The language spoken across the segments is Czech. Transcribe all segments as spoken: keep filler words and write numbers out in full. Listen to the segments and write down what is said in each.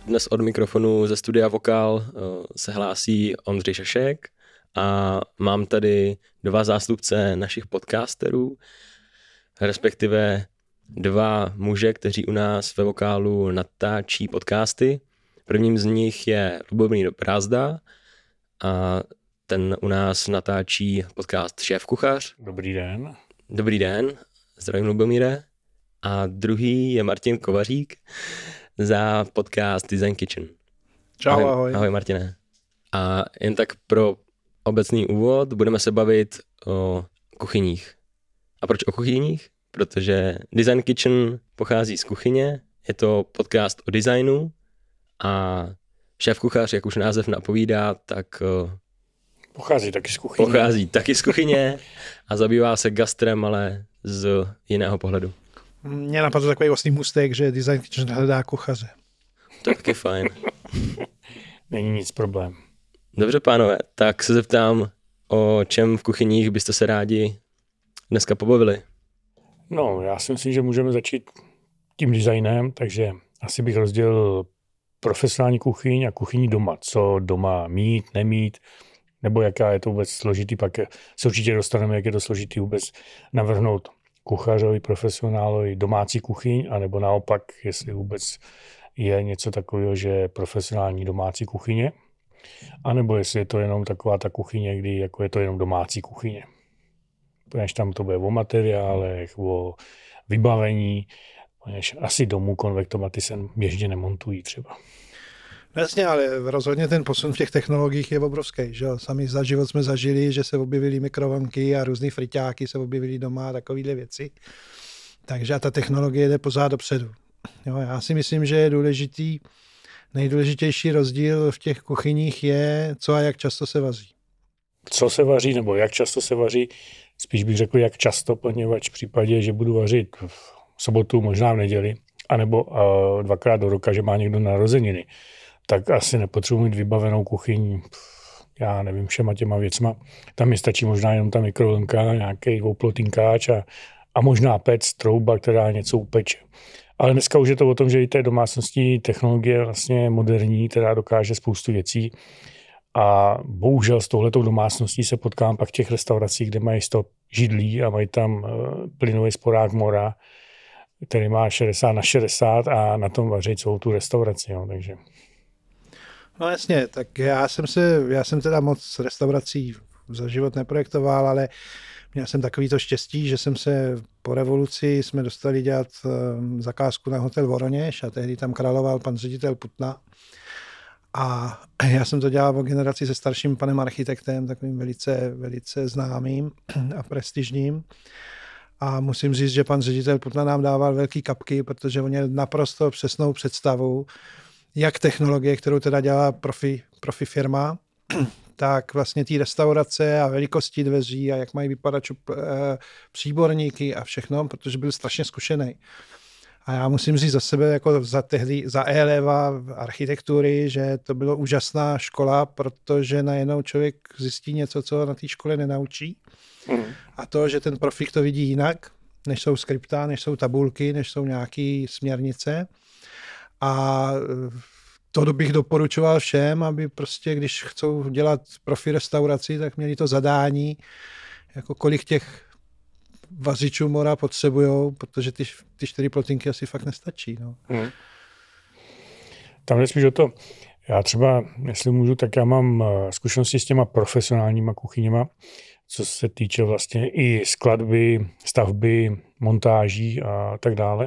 Dnes od mikrofonu ze studia Vokál se hlásí Ondřej Šašek a mám tady dva zástupce našich podcasterů, respektive dva muže, kteří u nás ve Vokálu natáčí podcasty. Prvním z nich je Lubomír Brázda a ten u nás natáčí podcast Šéf kuchař. Dobrý den. Dobrý den, zdravím Lubomíre. A druhý je Martin Kovařík za podcast Design Kitchen. Čau, ahoj. Ahoj, ahoj Martine. A jen tak pro obecný úvod budeme se bavit o kuchyních. A proč o kuchyních? Protože Design Kitchen pochází z kuchyně, je to podcast o designu a Šéf kuchař, jak už název napovídá, tak pochází taky z kuchyně. Pochází taky z kuchyně a zabývá se gastrem, ale z jiného pohledu. Mně napadl takový vlastní můstek, že Design Kitchen hledá kuchaře. To je taky fajn. Není nic problém. Dobře, pánové, tak se zeptám, o čem v kuchyních byste se rádi dneska pobavili? No, já si myslím, že můžeme začít tím designem, takže asi bych rozdělil profesionální kuchyň a kuchyní doma. Co doma mít, nemít, nebo jaká je to vůbec složitý, pak se určitě dostaneme, jak je to složitý vůbec navrhnout kuchařovi, profesionálovi domácí kuchyň, anebo naopak, jestli vůbec je něco takového, že profesionální domácí kuchyně, anebo jestli je to jenom taková ta kuchyně, kdy jako je to jenom domácí kuchyně. Protože tam to bude o materiálech, o vybavení, asi domů konvektomaty se běžně nemontují třeba. Jasně, ale rozhodně ten posun v těch technologiích je obrovský. Že? Sami za život jsme zažili, že se objevily mikrovlnky a různý friťáky se objevily doma a takovéhle věci. Takže a ta technologie jde pořád dopředu. Jo, já si myslím, že je důležitý, nejdůležitější rozdíl v těch kuchyních je, co a jak často se vaří. Co se vaří, nebo jak často se vaří, spíš bych řekl, jak často, poněvadž v případě, že budu vařit v sobotu, možná v neděli, anebo uh, dvakrát do roka, že má někdo narozeniny, tak asi nepotřebuji mít vybavenou kuchyň, já nevím, všema těma věcma. Tam mi stačí možná jenom ta mikrovlnka, nějaký dvouplotinkáč a, a možná pec, trouba, která něco upeče. Ale dneska už je to o tom, že i té domácnosti technologie vlastně moderní, která dokáže spoustu věcí. A bohužel s touhletou domácností se potkám pak v těch restauracích, kde mají sto židlí a mají tam plynový sporák mora, který má šedesát na šedesát a na tom vaří celou tu restauraci. Jo, takže. No jasně, tak já jsem se, já jsem teda moc restaurací za život neprojektoval, ale měl jsem takový to štěstí, že jsem se po revoluci jsme dostali dělat zakázku na hotel Voroněž a tehdy tam královal pan ředitel Putna. A já jsem to dělal o generaci se starším panem architektem, takovým velice, velice známým a prestižním. A musím říct, že pan ředitel Putna nám dával velký kapky, protože on měl naprosto přesnou představu, jak technologie, kterou teda dělá profi, profi firma, tak vlastně ty restaurace a velikosti dveří a jak mají vypadat čup, e, příborníky a všechno, protože byl strašně zkušený. A já musím říct za sebe, jako za tehdy, za e-leva architektury, že to bylo úžasná škola, protože najednou člověk zjistí něco, co na té škole nenaučí. Mm. A to, že ten profík to vidí jinak, než jsou skripta, než jsou tabulky, než jsou nějaké směrnice. A to bych doporučoval všem, aby prostě, když chcou dělat profi restauraci, tak měli to zadání, jako kolik těch vařičů mora potřebujou, protože ty, ty čtyři plotinky asi fakt nestačí. No. Hmm. Tam nespíš o to, já třeba, jestli můžu, tak já mám zkušenosti s těma profesionálníma kuchyněma, co se týče vlastně i skladby, stavby, montáží a tak dále.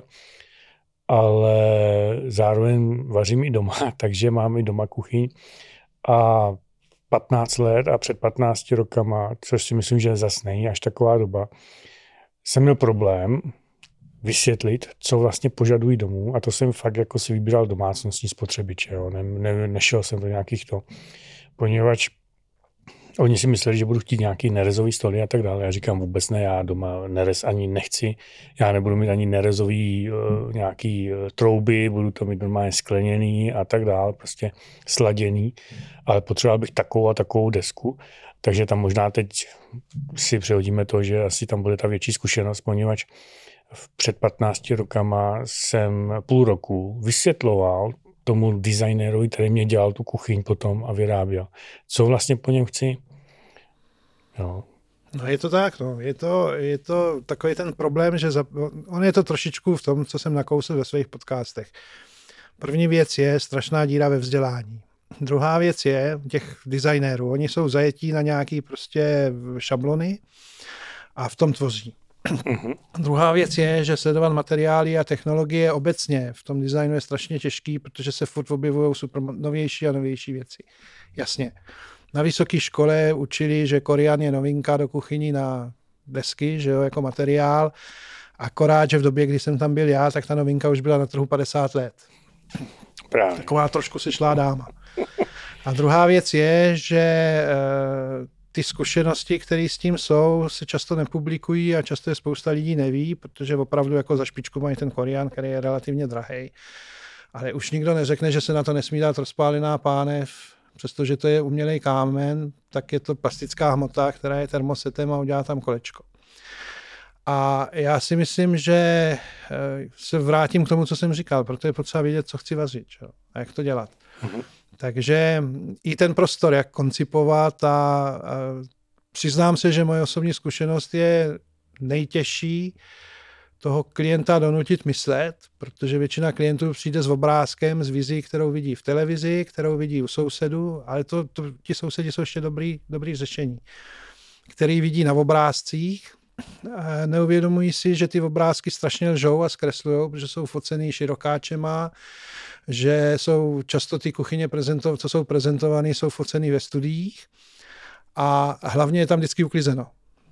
Ale zároveň vařím i doma, takže mám i doma kuchyň a patnáct let a před patnácti rokama, což si myslím, že zas není až taková doba, jsem měl problém vysvětlit, co vlastně požadují domů a to jsem fakt jako si vybíral domácnostní spotřebiče. Jo. Ne, ne, nešel jsem do nějakých to, poněvadž oni si mysleli, že budu chtít nějaký nerezový stoly a tak dále. Já říkám vůbec ne, já doma nerez ani nechci. Já nebudu mít ani nerezový uh, nějaký uh, trouby, budu to mít normálně skleněný a tak dále, prostě sladěný. Ale potřeboval bych takovou a takovou desku. Takže tam možná teď si přehodíme to, že asi tam bude ta větší zkušenost, poněvadž před patnácti rokama jsem půl roku vysvětloval tomu designérovi, který mě dělal tu kuchyň potom a vyráběl. Co vlastně po něm chci? Jo. No je to tak, no. Je to, je to takový ten problém, že za, on je to trošičku v tom, co jsem nakousl ve svých podcastech. První věc je strašná díra ve vzdělání. Druhá věc je těch designérů. Oni jsou zajetí na nějaký prostě šablony a v tom tvoří. Mm-hmm. Druhá věc je, že sledovat materiály a technologie obecně v tom designu je strašně těžký, protože se furt objevují super novější a novější věci. Jasně. Na vysoké škole učili, že korian je novinka do kuchyní na desky, že jo, jako materiál. Akorát, že v době, kdy jsem tam byl já, tak ta novinka už byla na trhu padesát let. Právě. Taková trošku sešlá dáma. A druhá věc je, že e, ty zkušenosti, které s tím jsou, se často nepublikují a často je spousta lidí neví, protože opravdu jako za špičku mají ten korian, který je relativně drahej. Ale už nikdo neřekne, že se na to nesmí dát rozpálená pánev, přestože to je umělej kámen, tak je to plastická hmota, která je termosetem a udělá tam kolečko. A já si myslím, že se vrátím k tomu, co jsem říkal, protože je potřeba vědět, co chci vařit, čo? A jak to dělat. Mm-hmm. Takže i ten prostor, jak koncipovat a, a přiznám se, že moje osobní zkušenost je nejtěžší toho klienta donutit myslet, protože většina klientů přijde s obrázkem, s vizí, kterou vidí v televizi, kterou vidí u sousedů, ale to, to, ti sousedi jsou ještě dobrý, dobrý řešení, který vidí na obrázcích. Neuvědomují si, že ty obrázky strašně lžou a zkreslujou, protože jsou focený širokáčema, že jsou často ty kuchyně, prezentov, co jsou prezentované, jsou focený ve studiích a hlavně je tam vždycky uklizeno.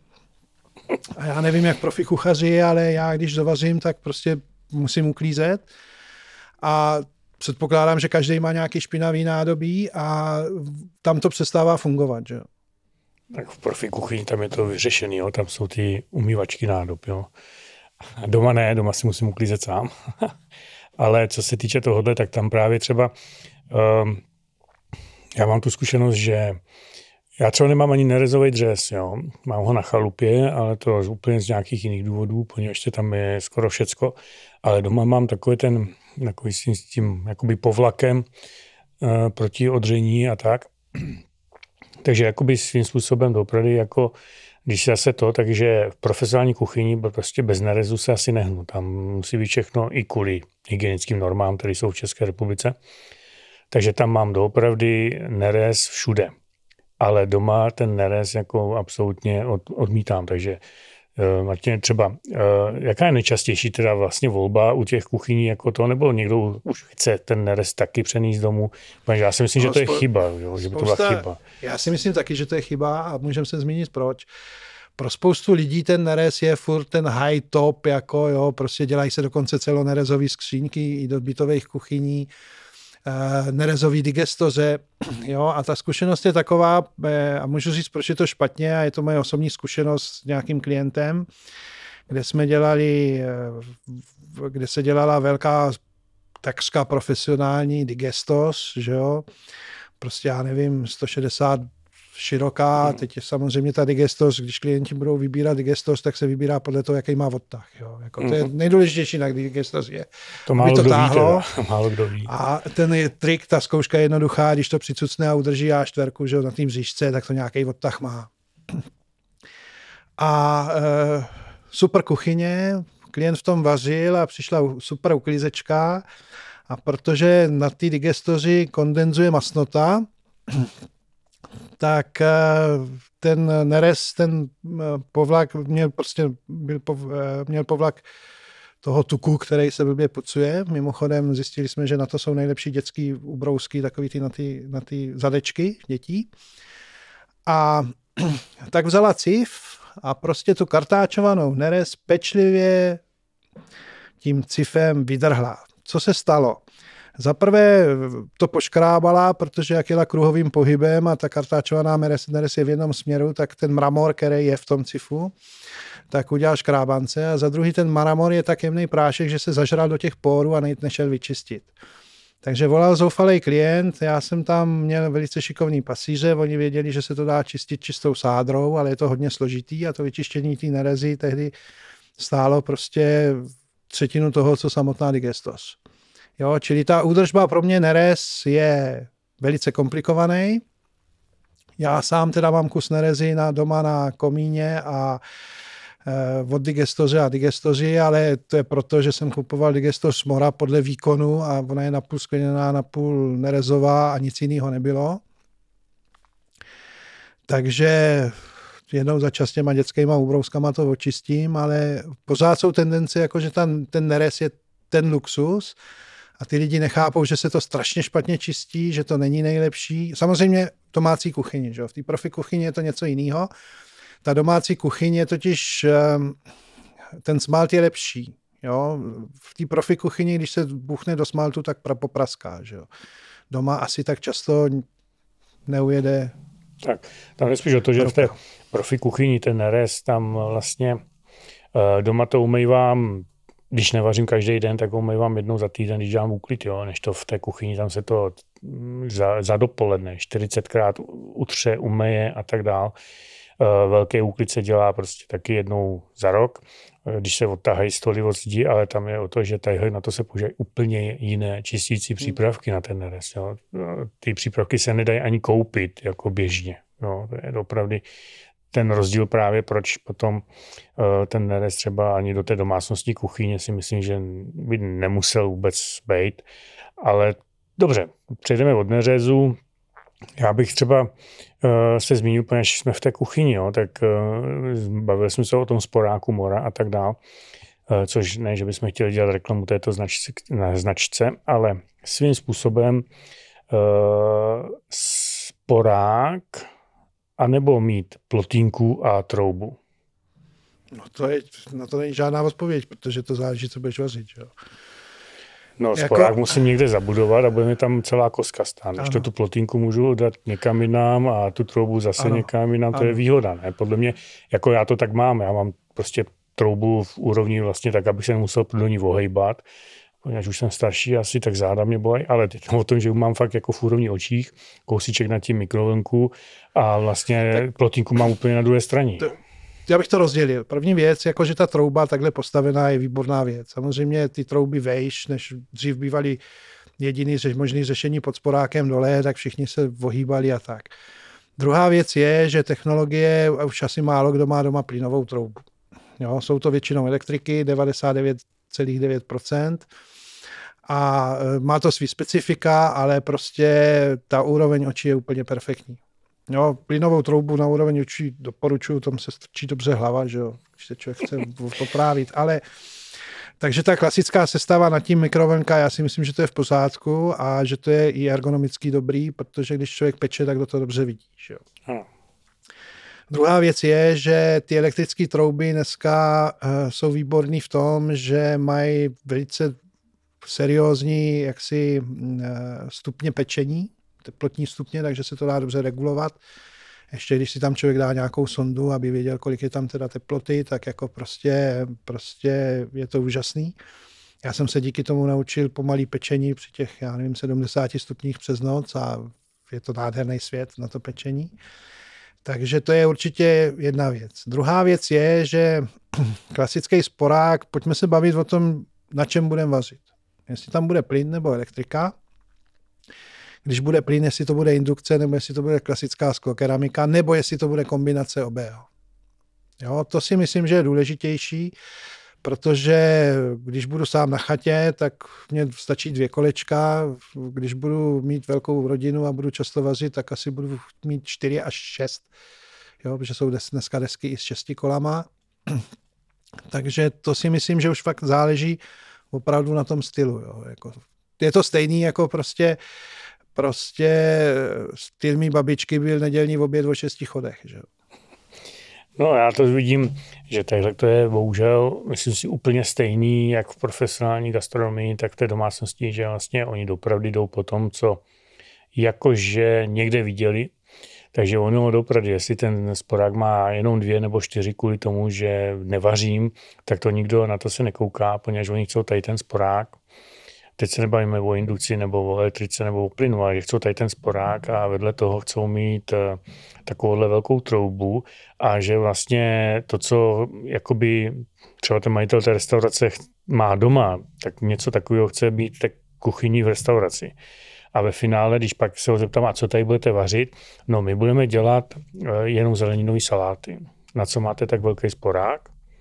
A já nevím, jak profi kuchaři, ale já, když dovařím, tak prostě musím uklízet a předpokládám, že každý má nějaký špinavý nádobí a tam to přestává fungovat, že jo. Tak v profi kuchyni tam je to vyřešený, jo? Tam jsou ty umývačky nádob. Jo? A doma ne, doma si musím uklízet sám. Ale co se týče tohohle, tak tam právě třeba um, já mám tu zkušenost, že já třeba nemám ani nerezový dřez, jo? Mám ho na chalupě, ale to úplně z nějakých jiných důvodů, poněvadž tam je skoro všecko, ale doma mám takový ten, takový s tím jakoby povlakem uh, proti odření a tak. Takže jakoby svým způsobem dopravdy, jako když se zase to, takže v profesionální kuchyni prostě bez nerezu se asi nehnu. Tam musí být všechno i kvůli hygienickým normám, které jsou v České republice. Takže tam mám doopravdy nerez všude. Ale doma ten nerez jako absolutně od, odmítám. Takže uh, Martin, třeba, uh, jaká je nejčastější teda vlastně volba u těch kuchyní jako to, nebo někdo už chce ten nerez taky přenést domů? Protože já si myslím, no, že to je chyba, jo, že by to byla chyba. Já si myslím taky, že to je chyba a můžeme se zmínit proč. Pro spoustu lidí ten nerez je furt ten high top, jako jo, prostě dělají se dokonce celonerezový skřínky i do bytových kuchyní, nerezový digestoře, jo, a ta zkušenost je taková, a můžu říct, proč je to špatně, a je to moje osobní zkušenost s nějakým klientem, kde jsme dělali, kde se dělala velká takřka profesionální digestos, že jo, prostě já nevím, sto šedesát široká, hmm. teď je samozřejmě ta digestos, když klienti budou vybírat digestos, tak se vybírá podle toho, jaký má odtah. Jo. Jako to je nejdůležitější na digestos je. To málo to kdo táhlo, ví, málo kdo ví. A ten je trik, ta zkouška je jednoduchá, když to přicucne a udrží á čtyři, že jo, na tým říšce, tak to nějaký odtah má. A e, super kuchyně, klient v tom vařil a přišla super uklízečka a protože na té digestoři kondenzuje masnota, tak ten nerez, ten povlak měl prostě byl pov, měl povlak toho tuku, který se blbě pucuje. Mimochodem zjistili jsme, že na to jsou nejlepší dětský ubrousky, takový ty na ty, na ty zadečky dětí. A tak vzala cif a prostě tu kartáčovanou nerez pečlivě tím cifem vydrhla. Co se stalo? Za prvé to poškrábala, protože jak jela kruhovým pohybem a ta kartáčovaná nerez je v jednom směru, tak ten mramor, který je v tom cifu, tak udělal škrábance. A za druhý ten mramor je tak jemný prášek, že se zažral do těch pórů a nešel vyčistit. Takže volal zoufalej klient, já jsem tam měl velice šikovný pasíře, oni věděli, že se to dá čistit čistou sádrou, ale je to hodně složitý a to vyčištění té nerezy tehdy stálo prostě třetinu toho, co samotná digestos. Jo, čili ta údržba pro mě neres je velice komplikovaný. Já sám teda mám kus nerezy na, doma na komíně a e, od digestoře a digestoři, ale to je proto, že jsem kupoval digestoř Mora podle výkonu a ona je napůl skleněná, napůl nerezová a nic jiného nebylo. Takže jednou za čas těma dětskýma úbrouskama to očistím, ale pořád jsou tendence, jako že ten, ten nerez je ten luxus a ty lidi nechápou, že se to strašně špatně čistí, že to není nejlepší. Samozřejmě domácí kuchyni, že? V té profi kuchyni je to něco jiného. Ta domácí kuchyně totiž ten smalt je lepší. Jo? V té profi kuchyni, když se buchne do smaltu, tak popraská. Že jo? Doma asi tak často neujede. Tak, tam je spíš o to, že v té profi kuchyni ten nerez, tam vlastně doma to umývám, když nevařím každý den, tak umývám jednou za týden, když dělám úklid, jo, než to v té kuchyni, tam se to za, za dopoledne čtyřicetkrát utře, umeje a tak dál. Velký úklid se dělá prostě taky jednou za rok, když se odtahají stoly od zdí, ale tam je o to, že tady na to se používají úplně jiné čistící přípravky na ten nerez. Jo. Ty přípravky se nedají ani koupit jako běžně. Jo. To je opravdu ten rozdíl právě, proč potom ten nerez třeba ani do té domácnostní kuchyně si myslím, že by nemusel vůbec být. Ale dobře, přejdeme od neřezu. Já bych třeba uh, se zmínil, protože jsme v té kuchyni, jo, tak uh, bavili jsme se o tom sporáku Mora a tak dál, uh, což ne, že bychom chtěli dělat reklamu této značce, značce, ale svým způsobem uh, sporák anebo mít plotínku a troubu. No to je, na to není žádná odpověď, protože to záleží, co budeš vařit, jo. No, sporák jako... musím někde zabudovat a bude mi tam celá koska stát. Když to tu plotínku můžu dát někam jinam a tu troubu zase ano. někam jinam, to ano. je výhoda. Ne? Podle mě, jako já to tak mám, já mám prostě troubu v úrovni vlastně tak, abych se nemusel do ní ohejbat. Když už jsem starší asi, tak záda mě bolí, ale teď o tom, že mám fakt jako v úrovni očích, kousíček na tím mikrovlnku a vlastně tak... plotínku mám úplně na druhé straně. To... Já bych to rozdělil. První věc, jako že ta trouba takhle postavená je výborná věc. Samozřejmě ty trouby vejš, než dřív bývaly jediný možný řešení pod sporákem dole, tak všichni se ohýbali a tak. Druhá věc je, že technologie, už asi málo kdo má doma plynovou troubu. Jo, jsou to většinou elektriky, devadesát devět celá devět procent a má to svý specifika, ale prostě ta úroveň očí je úplně perfektní. Jo, plynovou troubu na úroveň očí doporučuju, tam se strčí dobře hlava, že jo, když se člověk chce poprávit, ale takže ta klasická sestava nad tím mikrovlnka, já si myslím, že to je v pořádku a že to je i ergonomicky dobrý, protože když člověk peče, tak do toho dobře vidí, že jo. Hmm. Druhá věc je, že ty elektrické trouby dneska uh, jsou výborný v tom, že mají velice seriózní jaksi uh, stupně pečení, teplotní stupně, takže se to dá dobře regulovat. Ještě když si tam člověk dá nějakou sondu, aby věděl, kolik je tam teda teploty, tak jako prostě, prostě je to úžasný. Já jsem se díky tomu naučil pomalý pečení při těch, já nevím, sedmdesáti stupních přes noc a je to nádherný svět na to pečení. Takže to je určitě jedna věc. Druhá věc je, že klasický sporák, pojďme se bavit o tom, na čem budeme vařit. Jestli tam bude plyn nebo elektrika, když bude plyn, jestli to bude indukce, nebo jestli to bude klasická sklokeramika, nebo jestli to bude kombinace obého. Jo, to si myslím, že je důležitější, protože když budu sám na chatě, tak mně stačí dvě kolečka. Když budu mít velkou rodinu a budu často vařit, tak asi budu mít čtyři až šest, jo, protože jsou dneska desky i s šesti kolama. Takže to si myslím, že už fakt záleží opravdu na tom stylu. Jo. Jako, je to stejný jako prostě Prostě styl mý babičky byl nedělní oběd o šesti chodech. Že? No já to vidím, že takhle to je bohužel, myslím si, úplně stejný, jak v profesionální gastronomii, tak v té domácnosti, že vlastně oni dopravdy jdou po tom, co jakože někde viděli. Takže ono dopravdy, jestli ten sporák má jenom dvě nebo čtyři kvůli tomu, že nevařím, tak to nikdo na to se nekouká, protože oni chcou tady ten sporák. Teď se nebavíme o indukci nebo o elektrice nebo o plynu, ale chcou tady ten sporák a vedle toho chcou mít takovouhle velkou troubu a že vlastně to, co jakoby třeba ten majitel té restaurace má doma, tak něco takového chce být tak kuchyní v restauraci. A ve finále, když pak se ho zeptám, a co tady budete vařit, no my budeme dělat jenom zeleninový saláty. Na co máte tak velký sporák?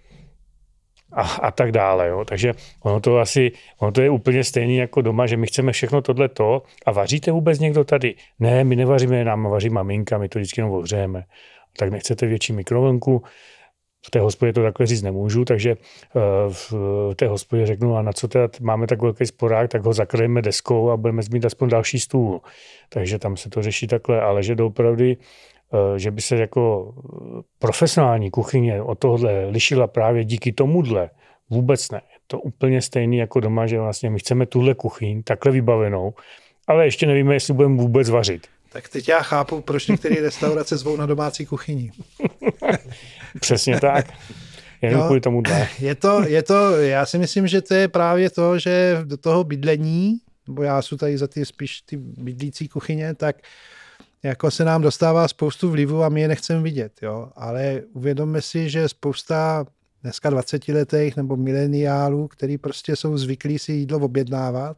A, a tak dále. Jo. Takže ono to asi, ono to je úplně stejný jako doma, že my chceme všechno tohleto. A vaříte vůbec někdo tady? Ne, my nevaříme, nám vaří maminka, my to vždycky jenom ohřejeme. Tak nechcete větší mikrovlnku? V té hospodě to takhle říct nemůžu, takže v té hospodě řeknu, a na co teda máme tak velký sporák, tak ho zakrojíme deskou a budeme mít aspoň další stůl. Takže tam se to řeší takhle, ale že doopravdy, že by se jako profesionální kuchyně od tohohle lišila právě díky tomuhle, vůbec ne. Je to úplně stejný jako doma, že vlastně my chceme tuhle kuchyň takhle vybavenou, ale ještě nevíme, jestli budeme vůbec vařit. Tak teď já chápu, proč některé restaurace zvou na domácí kuchyni. Přesně tak. Jenom kvůli tomu dá. Je to, je to, já si myslím, že to je právě to, že do toho bydlení, nebo já jsem tady za ty spíš ty bydlící kuchyně, tak jako se nám dostává spoustu vlivů a my je nechceme vidět. Jo? Ale uvědomme si, že spousta dneska dvacetiletých nebo mileniálů, který prostě jsou zvyklí si jídlo objednávat,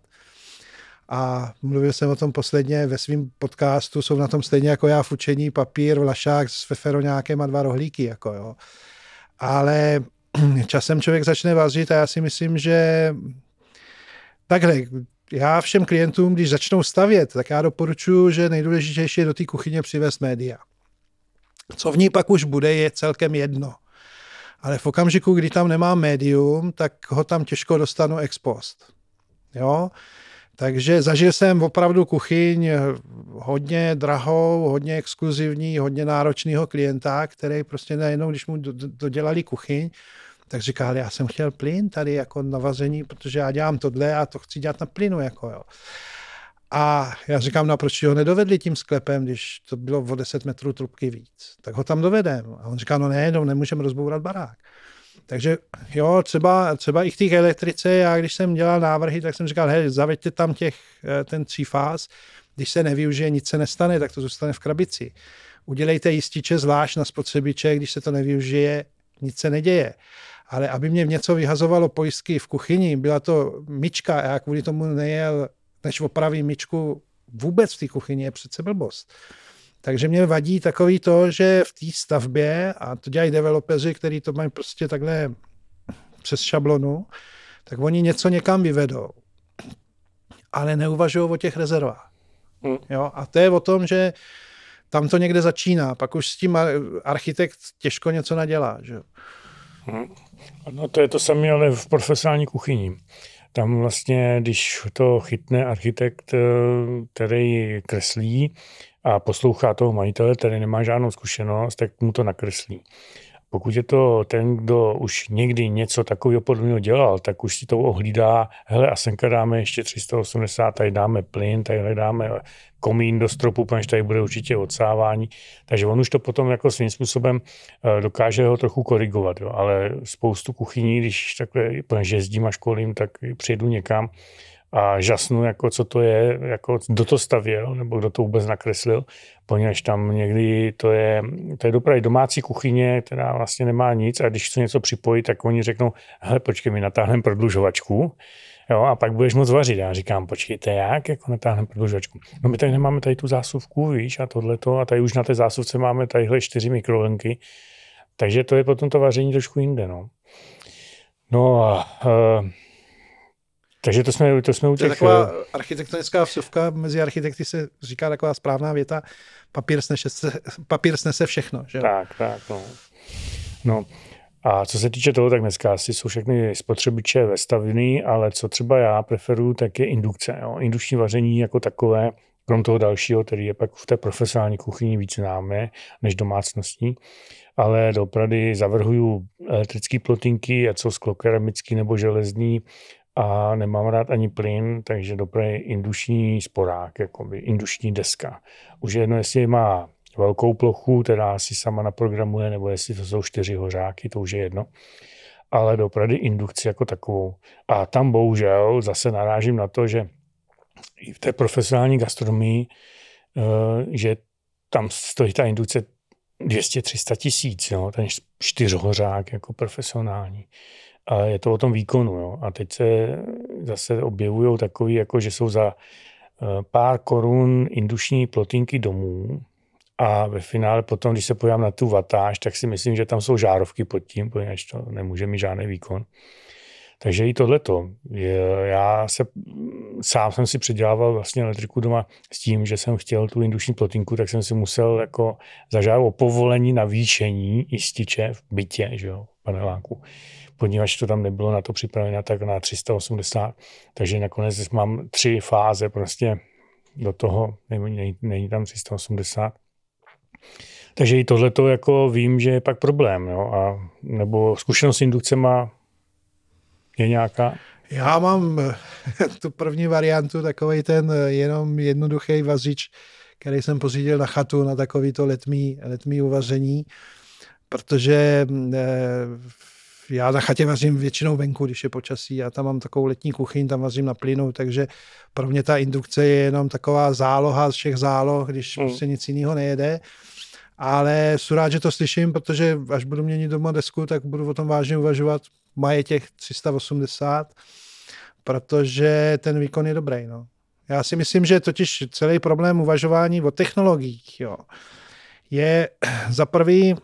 a mluvil jsem o tom posledně ve svém podcastu, jsou na tom stejně jako já v učení, papír, vlašák s feferoňákem a dva rohlíky. Jako jo. Ale časem člověk začne vařit a já si myslím, že takhle, já všem klientům, když začnou stavět, tak já doporučuji, že nejdůležitější je do té kuchyně přivést média. Co v ní pak už bude, je celkem jedno. Ale v okamžiku, kdy tam nemá médium, tak ho tam těžko dostanu ex post. Jo? Takže zažil jsem opravdu kuchyň hodně drahou, hodně exkluzivní, hodně náročného klienta, který prostě najednou, když mu dodělali kuchyň, tak říkal, já jsem chtěl plyn tady jako na vaření, protože já dělám tohle a to chci dělat na plynu. Jako jo. A já říkám, no proč ho nedovedli tím sklepem, když to bylo o deset metrů trubky víc. Tak ho tam dovedem. A on říká, no ne, no nemůžeme rozbourat barák. Takže jo, třeba, třeba i v té elektrice, já když jsem dělal návrhy, tak jsem říkal, hej, zaveďte tam těch, ten třífáz, když se nevyužije, nic se nestane, tak to zůstane v krabici. Udělejte jističe zvlášť na spotřebiče, když se to nevyužije, nic se neděje. Ale aby mě něco vyhazovalo pojistky v kuchyni, byla to myčka a já kvůli tomu nejel, než opravím myčku vůbec v té kuchyni, je přece blbost. Takže mě vadí takový to, že v té stavbě, a to dělají developeři, kteří to mají prostě takhle přes šablonu, tak oni něco někam vyvedou, ale neuvažují o těch rezervách. Hmm. Jo? A to je o tom, že tam to někde začíná, pak už s tím architekt těžko něco nadělá. Že? Hmm. No to je to samé, ale v profesionální kuchyni. Tam vlastně, když to chytne architekt, který kreslí a poslouchá toho majitele, který nemá žádnou zkušenost, tak mu to nakreslí. Pokud je to ten, kdo už někdy něco takového podobného dělal, tak už si to ohlídá, hele, a senka dáme ještě tři sta osmdesát, tady dáme plyn, tady dáme komín do stropu, protože tady bude určitě odsávání. Takže on už to potom jako svým způsobem dokáže ho trochu korigovat. Jo. Ale spoustu kuchyní, když takhle, protože jezdím a školím, tak přijdu někam a žasnu, jako co to je, jako kdo to stavěl, nebo kdo to vůbec nakreslil, poněvadž tam někdy to je, to je dopravy domácí kuchyně, která vlastně nemá nic a když chci něco připojit, tak oni řeknou, hele, počkej, my natáhneme prodlužovačku, jo, a pak budeš moc vařit. Já říkám, počkejte, jak, jako natáhneme prodlužovačku? No my tady nemáme tady tu zásuvku, víš, a tohleto, a tady už na té zásuvce máme tadyhle čtyři mikrovlnky, takže to je potom to vaření trošku jinde, no. No a uh, takže to jsme, to jsme u těch... To je taková architektonická vsuvka, mezi architekty se říká taková správná věta, papír snese, papír snese všechno. Že? Tak, tak, no. No a co se týče toho, tak dneska asi jsou všechny spotřebiče vestaviny, ale co třeba já preferuju, tak je indukce. Jo. Indukční vaření jako takové, krom toho dalšího, který je pak v té profesionální kuchyni víc známé než domácnostní, ale doopravdy zavrhuju elektrické plotínky, ať jsou sklokeramický nebo železný, a nemám rád ani plyn, takže dopravdy induční sporák, jakoby induční deska. Už jedno, jestli má velkou plochu, která si sama naprogramuje, nebo jestli to jsou čtyři hořáky, to už je jedno. Ale dopravdy indukci jako takovou. A tam bohužel zase narážím na to, že i v té profesionální gastronomii, že tam stojí ta indukce dvě stě tři sta tisíc, jo, ten čtyřhořák jako profesionální. A je to o tom výkonu. Jo. A teď se zase objevují takový, jako že jsou za pár korun induční plotínky domů a ve finále potom, když se podívám na tu vatáž, tak si myslím, že tam jsou žárovky pod tím, protože to nemůže mít žádný výkon. Takže i tohleto. Já se, sám jsem si předělával vlastně elektriku doma s tím, že jsem chtěl tu induční plotínku, tak jsem si musel jako zažádat o povolení na výšení jističe v bytě, že jo, paneláku. Poněvadž to tam nebylo na to připravené, tak na tři sta osmdesát. Takže nakonec mám tři fáze prostě do toho, není, není tam tři sta osmdesát. Takže i tohleto jako vím, že je pak problém, jo, a nebo zkušenost s indukcema je nějaká? Já mám tu první variantu, takovej ten jenom jednoduchý vařič, který jsem pořídil na chatu na takovýto letmý, letmý uvaření, protože já na chatě vařím většinou venku, když je počasí. Já tam mám takovou letní kuchyň, tam vařím na plynu, takže pro mě ta indukce je jenom taková záloha z všech záloh, když mm. prostě nic jiného nejede. Ale jsem rád, že to slyším, protože až budu měnit doma desku, tak budu o tom vážně uvažovat. Mají těch tři sta osmdesát, protože ten výkon je dobrý. No. Já si myslím, že totiž celý problém uvažování o technologiích jo, je za prvý,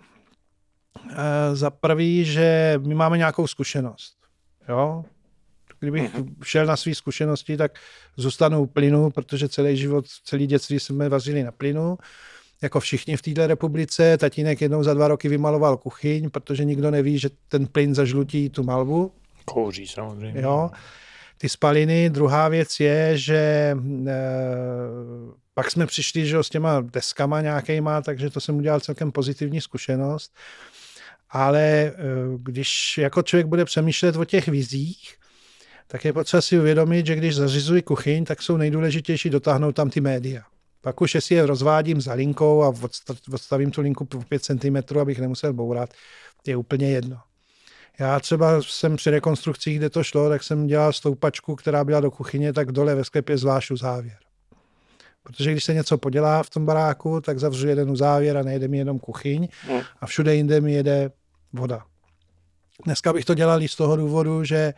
za prvý, že my máme nějakou zkušenost. Jo? Kdybych šel na své zkušenosti, tak zůstanu u plynu, protože celý život, celý dětství jsme vařili na plynu. Jako všichni v této republice, tatínek jednou za dva roky vymaloval kuchyň, protože nikdo neví, že ten plyn zažlutí tu malbu. Kouří samozřejmě. Jo. Ty spaliny. Druhá věc je, že e, pak jsme přišli že, s těma deskama nějakýma, takže to jsem udělal celkem pozitivní zkušenost. Ale e, když jako člověk bude přemýšlet o těch vizích, tak je potřeba si uvědomit, že když zařizuji kuchyň, tak jsou nejdůležitější dotáhnout tam ty média. Pak už jestli je rozvádím za linkou a odstavím tu linku po pět centimetrů, abych nemusel bourat, je úplně jedno. Já třeba jsem při rekonstrukcích, kde to šlo, tak jsem dělal stoupačku, která byla do kuchyně, tak dole ve sklepě zvlášť uzávěr. Protože když se něco podělá v tom baráku, tak zavřu jeden uzávěr a nejde mi jenom kuchyň a všude jinde mi jede voda. Dneska bych to dělal i z toho důvodu, že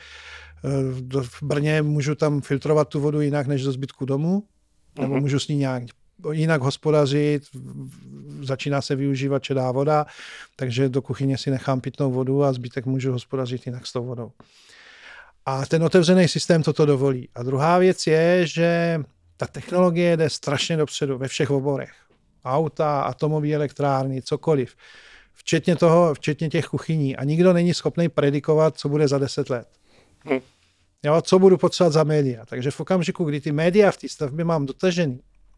v Brně můžu tam filtrovat tu vodu jinak než do zbytku domu, nebo můžu s ní nějak jinak hospodařit, začíná se využívat čedá voda, takže do kuchyně si nechám pitnou vodu a zbytek můžu hospodařit jinak s tou vodou. A ten otevřený systém toto dovolí. A druhá věc je, že ta technologie jde strašně dopředu ve všech oborech. Auta, atomové elektrárny, cokoliv. Včetně toho, včetně těch kuchyní. A nikdo není schopný predikovat, co bude za deset let. Hm. Jo, co budu potřebovat za média. Takže v okamžiku, kdy ty média v té stavbě mám dotažený,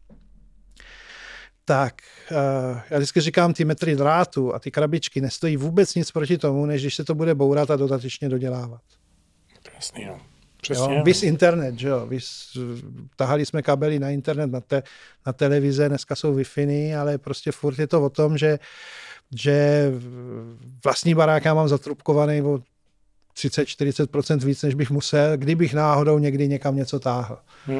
tak uh, já vždycky říkám, ty metry drátu a ty krabičky nestojí vůbec nic proti tomu, než když se to bude bourat a dodatečně dodělávat. Jasný, no. Přesně. Jo, vys internet, že jo, vys, tahali jsme kabely na internet, na, te, na televize, dneska jsou Wi-Fi, ale prostě furt je to o tom, že, že vlastní barák já mám zatrubkovaný o třicet až čtyřicet procent víc, než bych musel, kdybych náhodou někdy někam něco táhl. Hmm.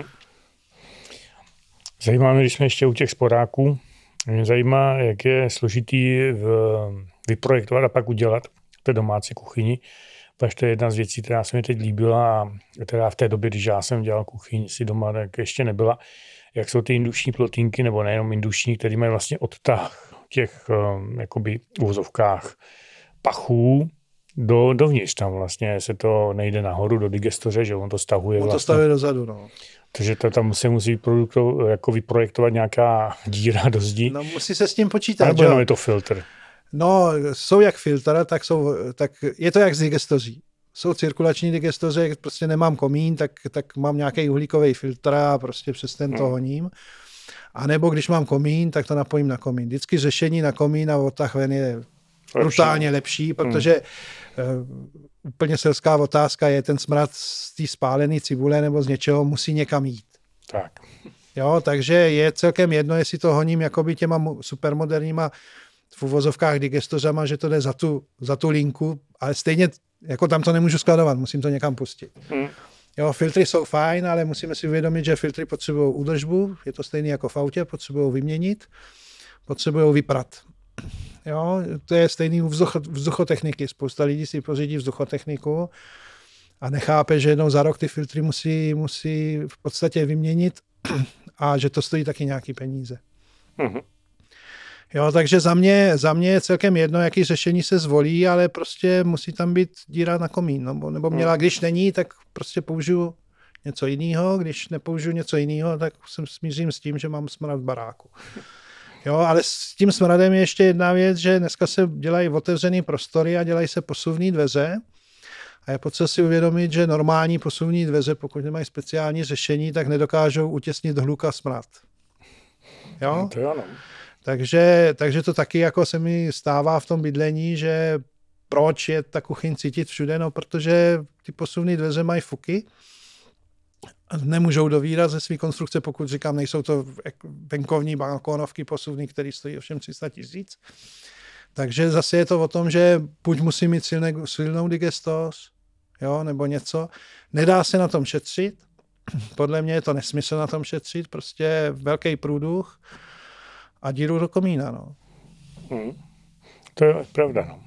Zajímá mě, když jsme ještě u těch sporáků, mě zajímá, jak je složitý v, vyprojektovat a pak udělat v té domácí kuchyni. Protože to je jedna z věcí, která se mi teď líbila a která v té době, když já jsem dělal kuchyň si doma, tak ještě nebyla. Jak jsou ty induční plotínky, nebo nejenom induční, které mají vlastně odtah těch jakoby uvozovkách pachů do, dovnitř. Tam vlastně se to nejde nahoru do digestoře, že on to stahuje. On to vlastně. stahuje dozadu, no. Takže to tam se musí jako vyprojektovat nějaká díra do zdi. No musí se s tím počítat, nebo jenom je to filtr? No, jsou jak filtr, tak, jsou, tak je to jak z digestoří. Jsou cirkulační digestoře, prostě nemám komín, tak, tak mám nějaký uhlíkový filtr a prostě přes ten to honím. A nebo když mám komín, tak to napojím na komín. Vždycky řešení na komín a odtah ven je brutálně lepší, protože hmm. uh, úplně selská otázka je, ten smrad z té spálené cibule nebo z něčeho musí někam jít. Tak. Jo, takže je celkem jedno, jestli to honím jakoby těma supermoderníma v uvozovkách digestořama, že to jde za tu, za tu linku, ale stejně jako tam to nemůžu skladovat, musím to někam pustit. Hmm. Jo, filtry jsou fajn, ale musíme si uvědomit, že filtry potřebují údržbu, je to stejné jako v autě, potřebují vyměnit, potřebují vyprat. Jo, to je stejný u vzducho, vzduchotechniky. Spousta lidí si pořídí vzduchotechniku a nechápe, že jednou za rok ty filtry musí, musí v podstatě vyměnit a že to stojí taky nějaký peníze. Mm-hmm. Jo, takže za mě, za mě je celkem jedno, jaký řešení se zvolí, ale prostě musí tam být díra na komín. Nebo, nebo měla, když není, tak prostě použiju něco jiného. Když nepoužiju něco jiného, tak se smířím s tím, že mám smrad v baráku. Jo, ale s tím smradem je ještě jedna věc, že dneska se dělají otevřený prostory a dělají se posuvní dveře. A je potřeba si uvědomit, že normální posuvní dveře, pokud nemají speciální řešení, tak nedokážou utěsnit hluk a smrad. Jo? No to jo, no. Takže, takže to taky jako se mi stává v tom bydlení, že proč je ta kuchyň cítit všude, no protože ty posuvní dveře mají fuky a nemůžou dovírat ze své konstrukce, pokud říkám, nejsou to venkovní balkónovky posuvní, které stojí ovšem tři sta tisíc. Takže zase je to o tom, že buď musí mít silné, silnou digestos, jo, nebo něco. Nedá se na tom šetřit. Podle mě je to nesmysl na tom šetřit. Prostě velký průduch a díru do komína. No. Hmm. To je pravda. No.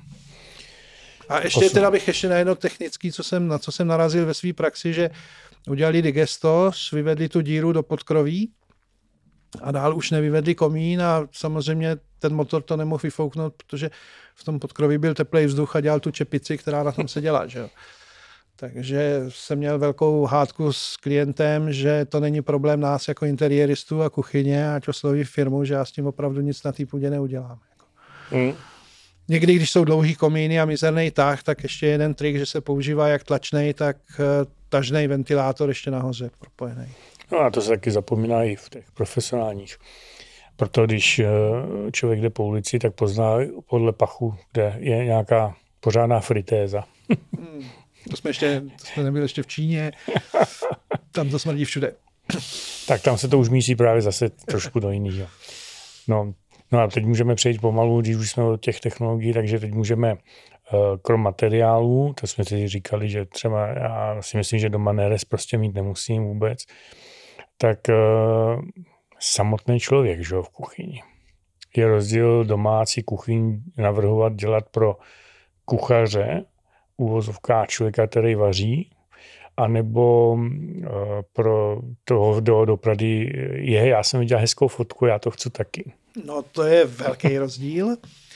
A ještě Posun. teda bych ještě na jedno technický, co jsem, na co jsem narazil ve své praxi, že udělali digestos, vyvedli tu díru do podkroví a dál už nevyvedli komín a samozřejmě ten motor to nemohl vyfouknout, protože v tom podkroví byl teplej vzduch a dělal tu čepici, která na tom seděla. Že jo. Takže jsem měl velkou hádku s klientem, že to není problém nás jako interiéristů a kuchyně, ať osloví firmu, že já s tím opravdu nic na té půdě neudělám. Mm. Někdy, když jsou dlouhý komíny a mizerný tah, tak ještě jeden trik, že se používá jak tlačnej, tak tažnej ventilátor ještě nahoře propojený. No a to se taky zapomíná i v těch profesionálních. Proto když člověk jde po ulici, tak pozná podle pachu, kde je nějaká pořádná fritéza. Hmm, to jsme ještě, to jsme nebyli ještě v Číně. Tam to smrdí všude. Tak tam se to už mísí právě zase trošku do jiného. No, no a teď můžeme přejít pomalu, když už jsme od těch technologií, takže teď můžeme krom materiálů, to jsme si říkali, že třeba já si myslím, že doma nerez prostě mít nemusím vůbec, tak uh, samotný člověk, že jo, v kuchyni. Je rozdíl domácí kuchyň navrhovat dělat pro kuchaře, uvozovká člověka, který vaří, anebo uh, pro toho, kdo dopravdy je. Já jsem viděl hezkou fotku, já to chci taky. No to je velký rozdíl,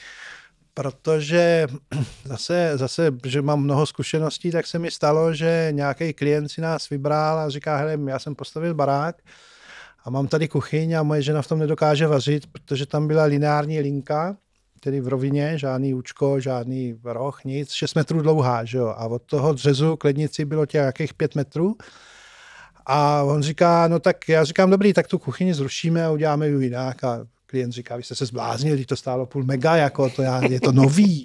protože zase, zase, že mám mnoho zkušeností, tak se mi stalo, že nějaký klient si nás vybral a říká, hele, já jsem postavil barák a mám tady kuchyň a moje žena v tom nedokáže vařit, protože tam byla lineární linka, tedy v rovině, žádný účko, žádný roh, nic, šest metrů dlouhá, že jo, a od toho dřezu k lednici bylo těch nějakých pět metrů. A on říká, no tak já říkám, dobrý, tak tu kuchyni zrušíme a uděláme ji jinak. A klient říká, vy jste se zbláznili, když to stálo půl mega, jako to já, je to nový.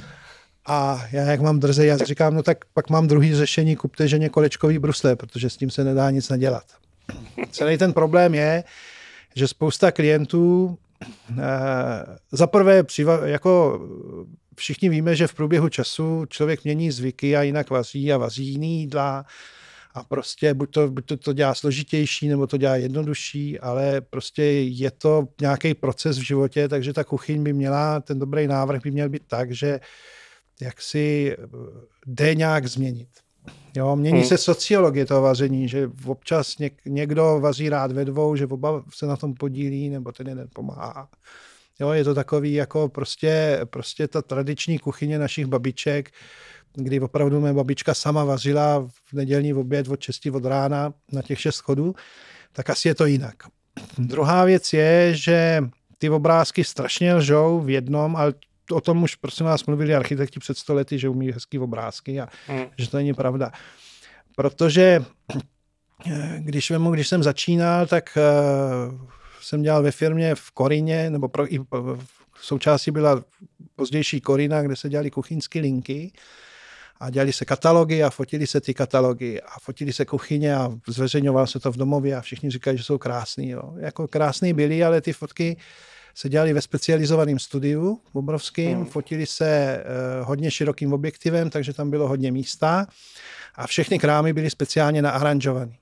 A já jak mám drzej, já říkám, no tak pak mám druhý řešení, kupte ženě kolečkový brusle, protože s tím se nedá nic nadělat. Celý ten problém je, že spousta klientů eh, zaprvé jako všichni víme, že v průběhu času člověk mění zvyky a jinak vaří a vaří jiný jídla a prostě buď to, buď to, to dělá složitější, nebo to dělá jednodušší, ale prostě je to nějaký proces v životě, takže ta kuchyň by měla, ten dobrý návrh by měl být tak, že jak si jde nějak změnit. Jo, mění hmm. se sociologie toho vaření, že občas něk, někdo vaří rád ve dvou, že oba se na tom podílí, nebo ten jeden pomáhá. Jo, je to takový jako prostě, prostě ta tradiční kuchyně našich babiček, kdy opravdu mé babička sama vařila v nedělní oběd od šesti od rána na těch šest chodů, tak asi je to jinak. Druhá věc je, že ty obrázky strašně lžou v jednom, ale o tom už prosím vás mluvili architekti před sto lety, že umí hezký obrázky a hmm. že to není pravda. Protože když vemu, když jsem začínal, tak uh, jsem dělal ve firmě v Koryně, nebo pro, i v součástí byla pozdější Koryna, kde se dělali kuchyňské linky a dělali se katalogy a fotili se ty katalogy a fotili se kuchyně a zveřejňovalo se to v domově a všichni říkají, že jsou krásný. Jo. Jako krásný byly, ale ty fotky se dělali ve specializovaném studiu obrovským, hmm. fotili se uh, hodně širokým objektivem, takže tam bylo hodně místa a všechny krámy byly speciálně naaranžované.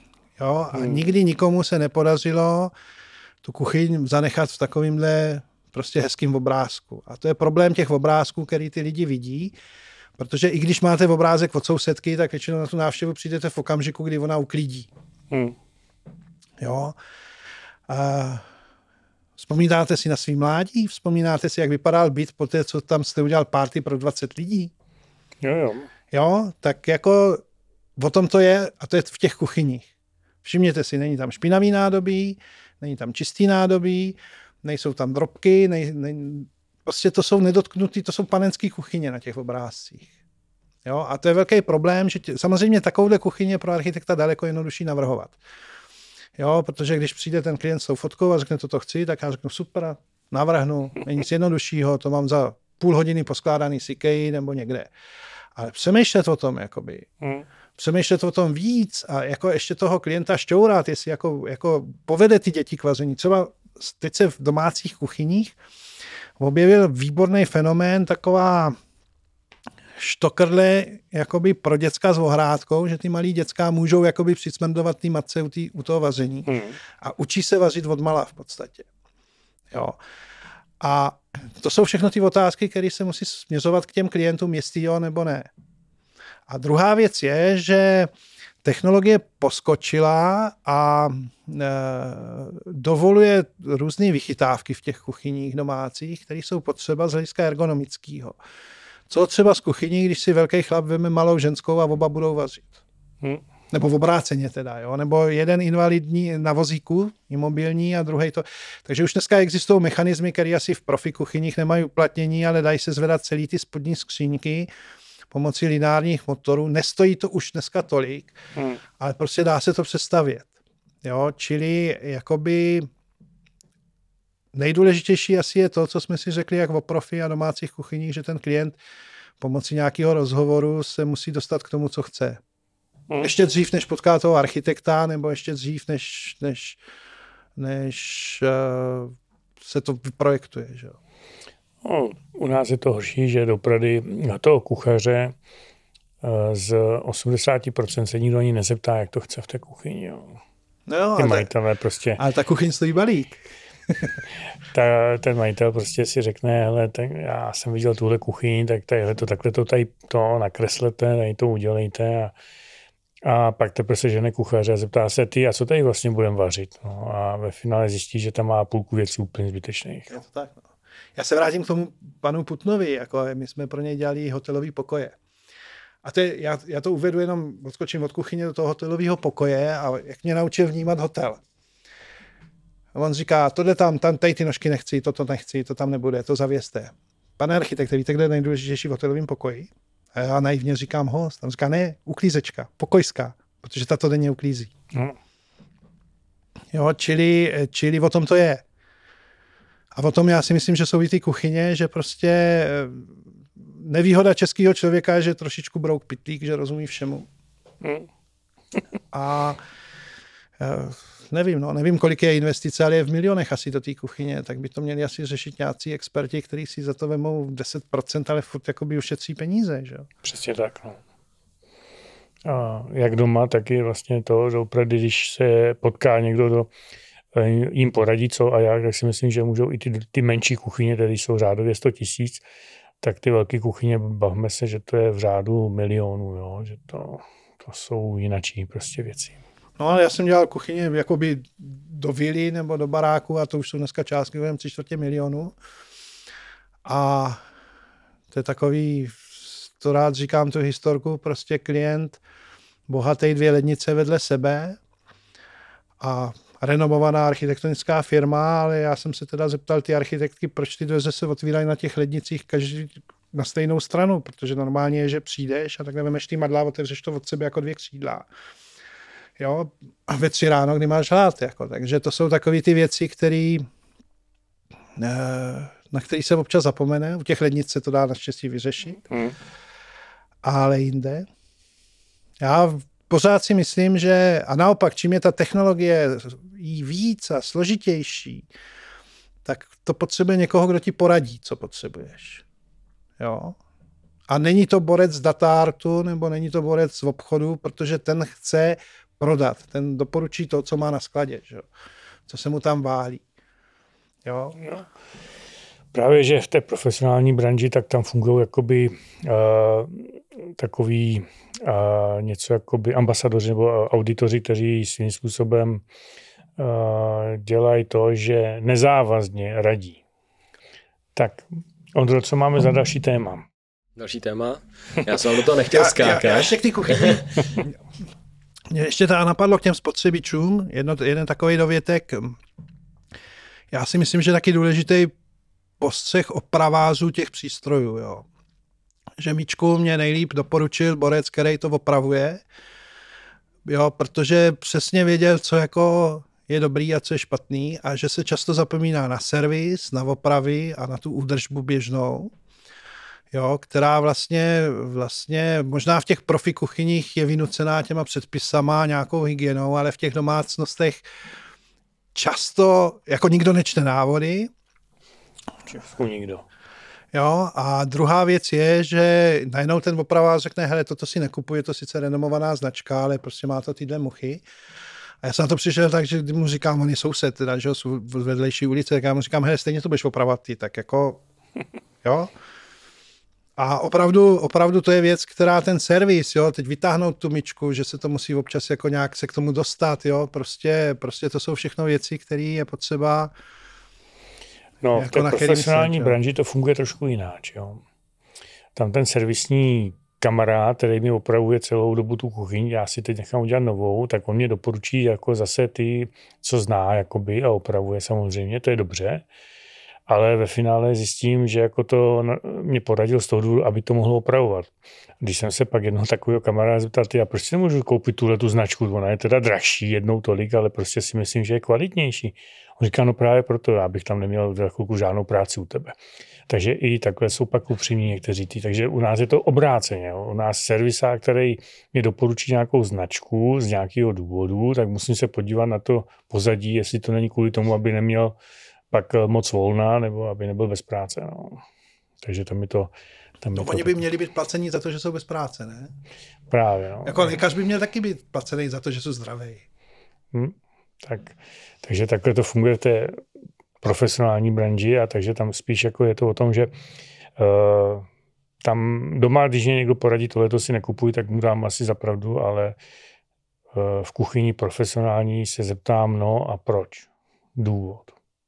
Jo, a hmm. nikdy nikomu se nepodařilo tu kuchyň zanechat v takovémhle prostě hezkým obrázku. A to je problém těch obrázků, který ty lidi vidí, protože i když máte obrázek od sousedky, tak většinou na tu návštěvu přijdete v okamžiku, kdy ona uklidí. Hmm. Jo. A vzpomínáte si na svý mládí? Vzpomínáte si, jak vypadal byt po té, co tam jste udělal party pro dvacet lidí? Jo, jo. Jo, tak jako o tom to je, a to je v těch kuchyních. Všimněte si, není tam špinavý nádobí, není tam čistý nádobí, nejsou tam drobky, nej, nej, prostě to jsou nedotknutý, to jsou panenský kuchyně na těch obrázcích. Jo, a to je velký problém, že tě, samozřejmě takovouhle kuchyně pro architekta daleko jednodušší navrhovat. Jo, protože když přijde ten klient s tou fotkou a řekne, toto chci, tak já řeknu super, navrhnu, není nic jednoduššího, to mám za půl hodiny poskládaný z IKEA nebo někde. Ale přemýšlet o tom, jakoby. Hmm. Přemýšlet o tom víc a jako ještě toho klienta šťourat, jestli jako, jako povede ty děti k vaření. Třeba teď se v domácích kuchyních objevil výborný fenomén, taková štokrle jakoby pro děcka s ohrádkou, že ty malí děcka můžou jakoby přicmrdovat ty matce u, tý, u toho vaření hmm. a učí se vařit odmala v podstatě. Jo. A to jsou všechno ty otázky, které se musí směřovat k těm klientům, jestli jo nebo ne. A druhá věc je, že technologie poskočila a e, dovoluje různé vychytávky v těch kuchyních domácích, které jsou potřeba z hlediska ergonomického. Co třeba z kuchyní, když si velký chlap veme malou ženskou a oba budou vařit? Hmm. Nebo v obráceně teda, jo? Nebo jeden invalidní na vozíku, imobilní a druhý to. Takže už dneska existují mechanismy, které asi v profi kuchyních nemají uplatnění, ale dají se zvedat celý ty spodní skříňky pomocí lineárních motorů. Nestojí to už dneska tolik, hmm. ale prostě dá se to přestavět. Jo? Čili jakoby nejdůležitější asi je to, co jsme si řekli jak o profi a domácích kuchyních, že ten klient pomocí nějakého rozhovoru se musí dostat k tomu, co chce. Hmm. Ještě dřív, než potká toho architekta, nebo ještě dřív, než, než, než uh, se to vyprojektuje. Že? No, u nás je to horší, že doprady na toho kuchaře uh, z osmdesát procent se nikdo ani nezeptá, jak to chce v té kuchyni. Jo. No jo, Ty majitelé prostě... Ale ta kuchyň stojí balík. ta, ten majitel prostě si řekne, hele, tak já jsem viděl tuhle kuchyni, tak tadyhle to, takhle to tady to nakreslete, tady to udělejte a, a pak teprve se žene kuchaře a zeptá se ty, a co tady vlastně budeme vařit. No, a ve finále zjistí, že tam má půlku věcí úplně zbytečných. Je to tak, no. Já se vrátím k tomu panu Putnovi, jako my jsme pro něj dělali hotelový pokoje. A to je, já, já to uvedu jenom, odskočím od kuchyně do toho hotelového pokoje a jak mě naučil vnímat hotel. A on říká, tohle tam, tam, tady ty nožky nechci, toto nechci, to tam nebude, to zavěste. Pane architekte, víte, kde je nejdůležitější v hotelovém pokoji? A já naivně říkám host. Tam říká, ne, uklízečka, pokojská, protože ta to denně uklízí. Hmm. Jo, čili, čili o tom to je. A o tom já si myslím, že jsou i ty kuchyně, že prostě nevýhoda českého člověka je, že trošičku brouk pytlík, že rozumí všemu. Hmm. A nevím, no, nevím, kolik je investice, ale je v milionech asi do té kuchyně, tak by to měli asi řešit nějací experti, kteří si za to vemou deset procent, ale furt jakoby ušetří peníze, že jo? Přesně tak, no. A jak doma, tak je vlastně to, že opravdu, když se potká někdo, do, jim poradí co a jak, tak si myslím, že můžou i ty, ty menší kuchyně, které jsou řádově sto tisíc, tak ty velké kuchyně, bavme se, že to je v řádu milionů, jo? Že to, to jsou jinačí prostě věci. No ale já jsem dělal kuchyně jakoby do vily nebo do baráku a to už jsou dneska částky kolem tři čtvrtě milionu. A to je takový, to rád říkám tu historku, prostě klient, bohatý, dvě lednice vedle sebe a renomovaná architektonická firma, ale já jsem se teda zeptal ty architektky, proč ty dveře se otvírají na těch lednicích každý na stejnou stranu, protože normálně je, že přijdeš a takhle vemeš ty madla, otevřeš to od sebe jako dvě křídla. Jo, a ve tři ráno, kdy máš hlad. Jako. Takže to jsou takové ty věci, který, na které se občas zapomene. U těch lednic se to dá naštěstí vyřešit. Hmm. Ale jinde. Já pořád si myslím, že a naopak, čím je ta technologie jí víc a složitější, tak to potřebuje někoho, kdo ti poradí, co potřebuješ. Jo. A není to borec z datártu, nebo není to borec z obchodu, protože ten chce prodat. Ten doporučí to, co má na skladě, že? Co se mu tam válí. Jo? No. Právě, že v té profesionální branži, tak tam fungují jakoby uh, takový uh, něco jakoby ambasadoři nebo auditoři, kteří svým způsobem uh, dělají to, že nezávazně radí. Tak, Ondro, co máme za další téma? Další téma? Já jsem do toho nechtěl skákat. Já, já, já ještě k té kuchyni. Mě ještě teda napadlo k těm spotřebičům, jedno, jeden takový dovětek. Já si myslím, že taky důležitý postřeh o pravázu těch přístrojů. Jo. Že Míčku mě nejlíp doporučil borec, který to opravuje, jo, protože přesně věděl, co jako je dobrý a co je špatný a že se často zapomíná na servis, na opravy a na tu údržbu běžnou, jo, která vlastně, vlastně možná v těch profi kuchyních je vynucená těma předpisama, nějakou hygienou, ale v těch domácnostech často jako nikdo nečte návody. Česku nikdo. Jo, a druhá věc je, že najednou ten opravář řekne, hele, toto si nekupuje, to sice renomovaná značka, ale prostě má to tyhle muchy. A já jsem na to přišel tak, že mu říkám, on je soused, teda, že z vedlejší ulice, tak já mu říkám, hele, stejně to budeš opravovat ty, tak jako, jo. A opravdu, opravdu to je věc, která ten servis, jo, teď vytáhnout tu myčku, že se to musí občas jako nějak se k tomu dostat, jo, prostě, prostě to jsou všechno věci, které je potřeba. No, jako v té profesionální branži to funguje trošku jináč, jo. Tam ten servisní kamarád, který mi opravuje celou dobu tu kuchyň, já si teď nechám udělat novou, tak on mě doporučí jako zase ty, co zná, jakoby, a opravuje samozřejmě, to je dobře. Ale ve finále zjistím, že jako to mě poradil z toho důvodu, aby to mohlo opravovat. Když jsem se pak jednoho takového kamaráda zeptal, já proč si nemůžu koupit tuhle tu značku, ona je teda dražší jednou tolik, ale prostě si myslím, že je kvalitnější. On říká, no právě proto, já bych tam neměl za chvilku žádnou práci u tebe. Takže i takhle jsou pak upřímní někteří ty. Takže u nás je to obráceně. Jo. U nás servisák, který mi doporučí nějakou značku z nějakého důvodu, tak musím se podívat na to pozadí, jestli to není kvůli tomu, aby neměl pak moc volná, nebo aby nebyl bez práce. No. Takže to mi to... Tam no, oni by měli být placení za to, že jsou bez práce, ne? Právě, no. Jako lékař by měl taky být placený za to, že jsou zdravý. Hmm, tak, takže takhle to funguje v té profesionální branži a takže tam spíš jako je to o tom, že uh, tam doma, když mě někdo poradí tohleto si nekupuj, tak mu dám asi za pravdu, ale uh, v kuchyni profesionální se zeptám, no a proč? Důvod.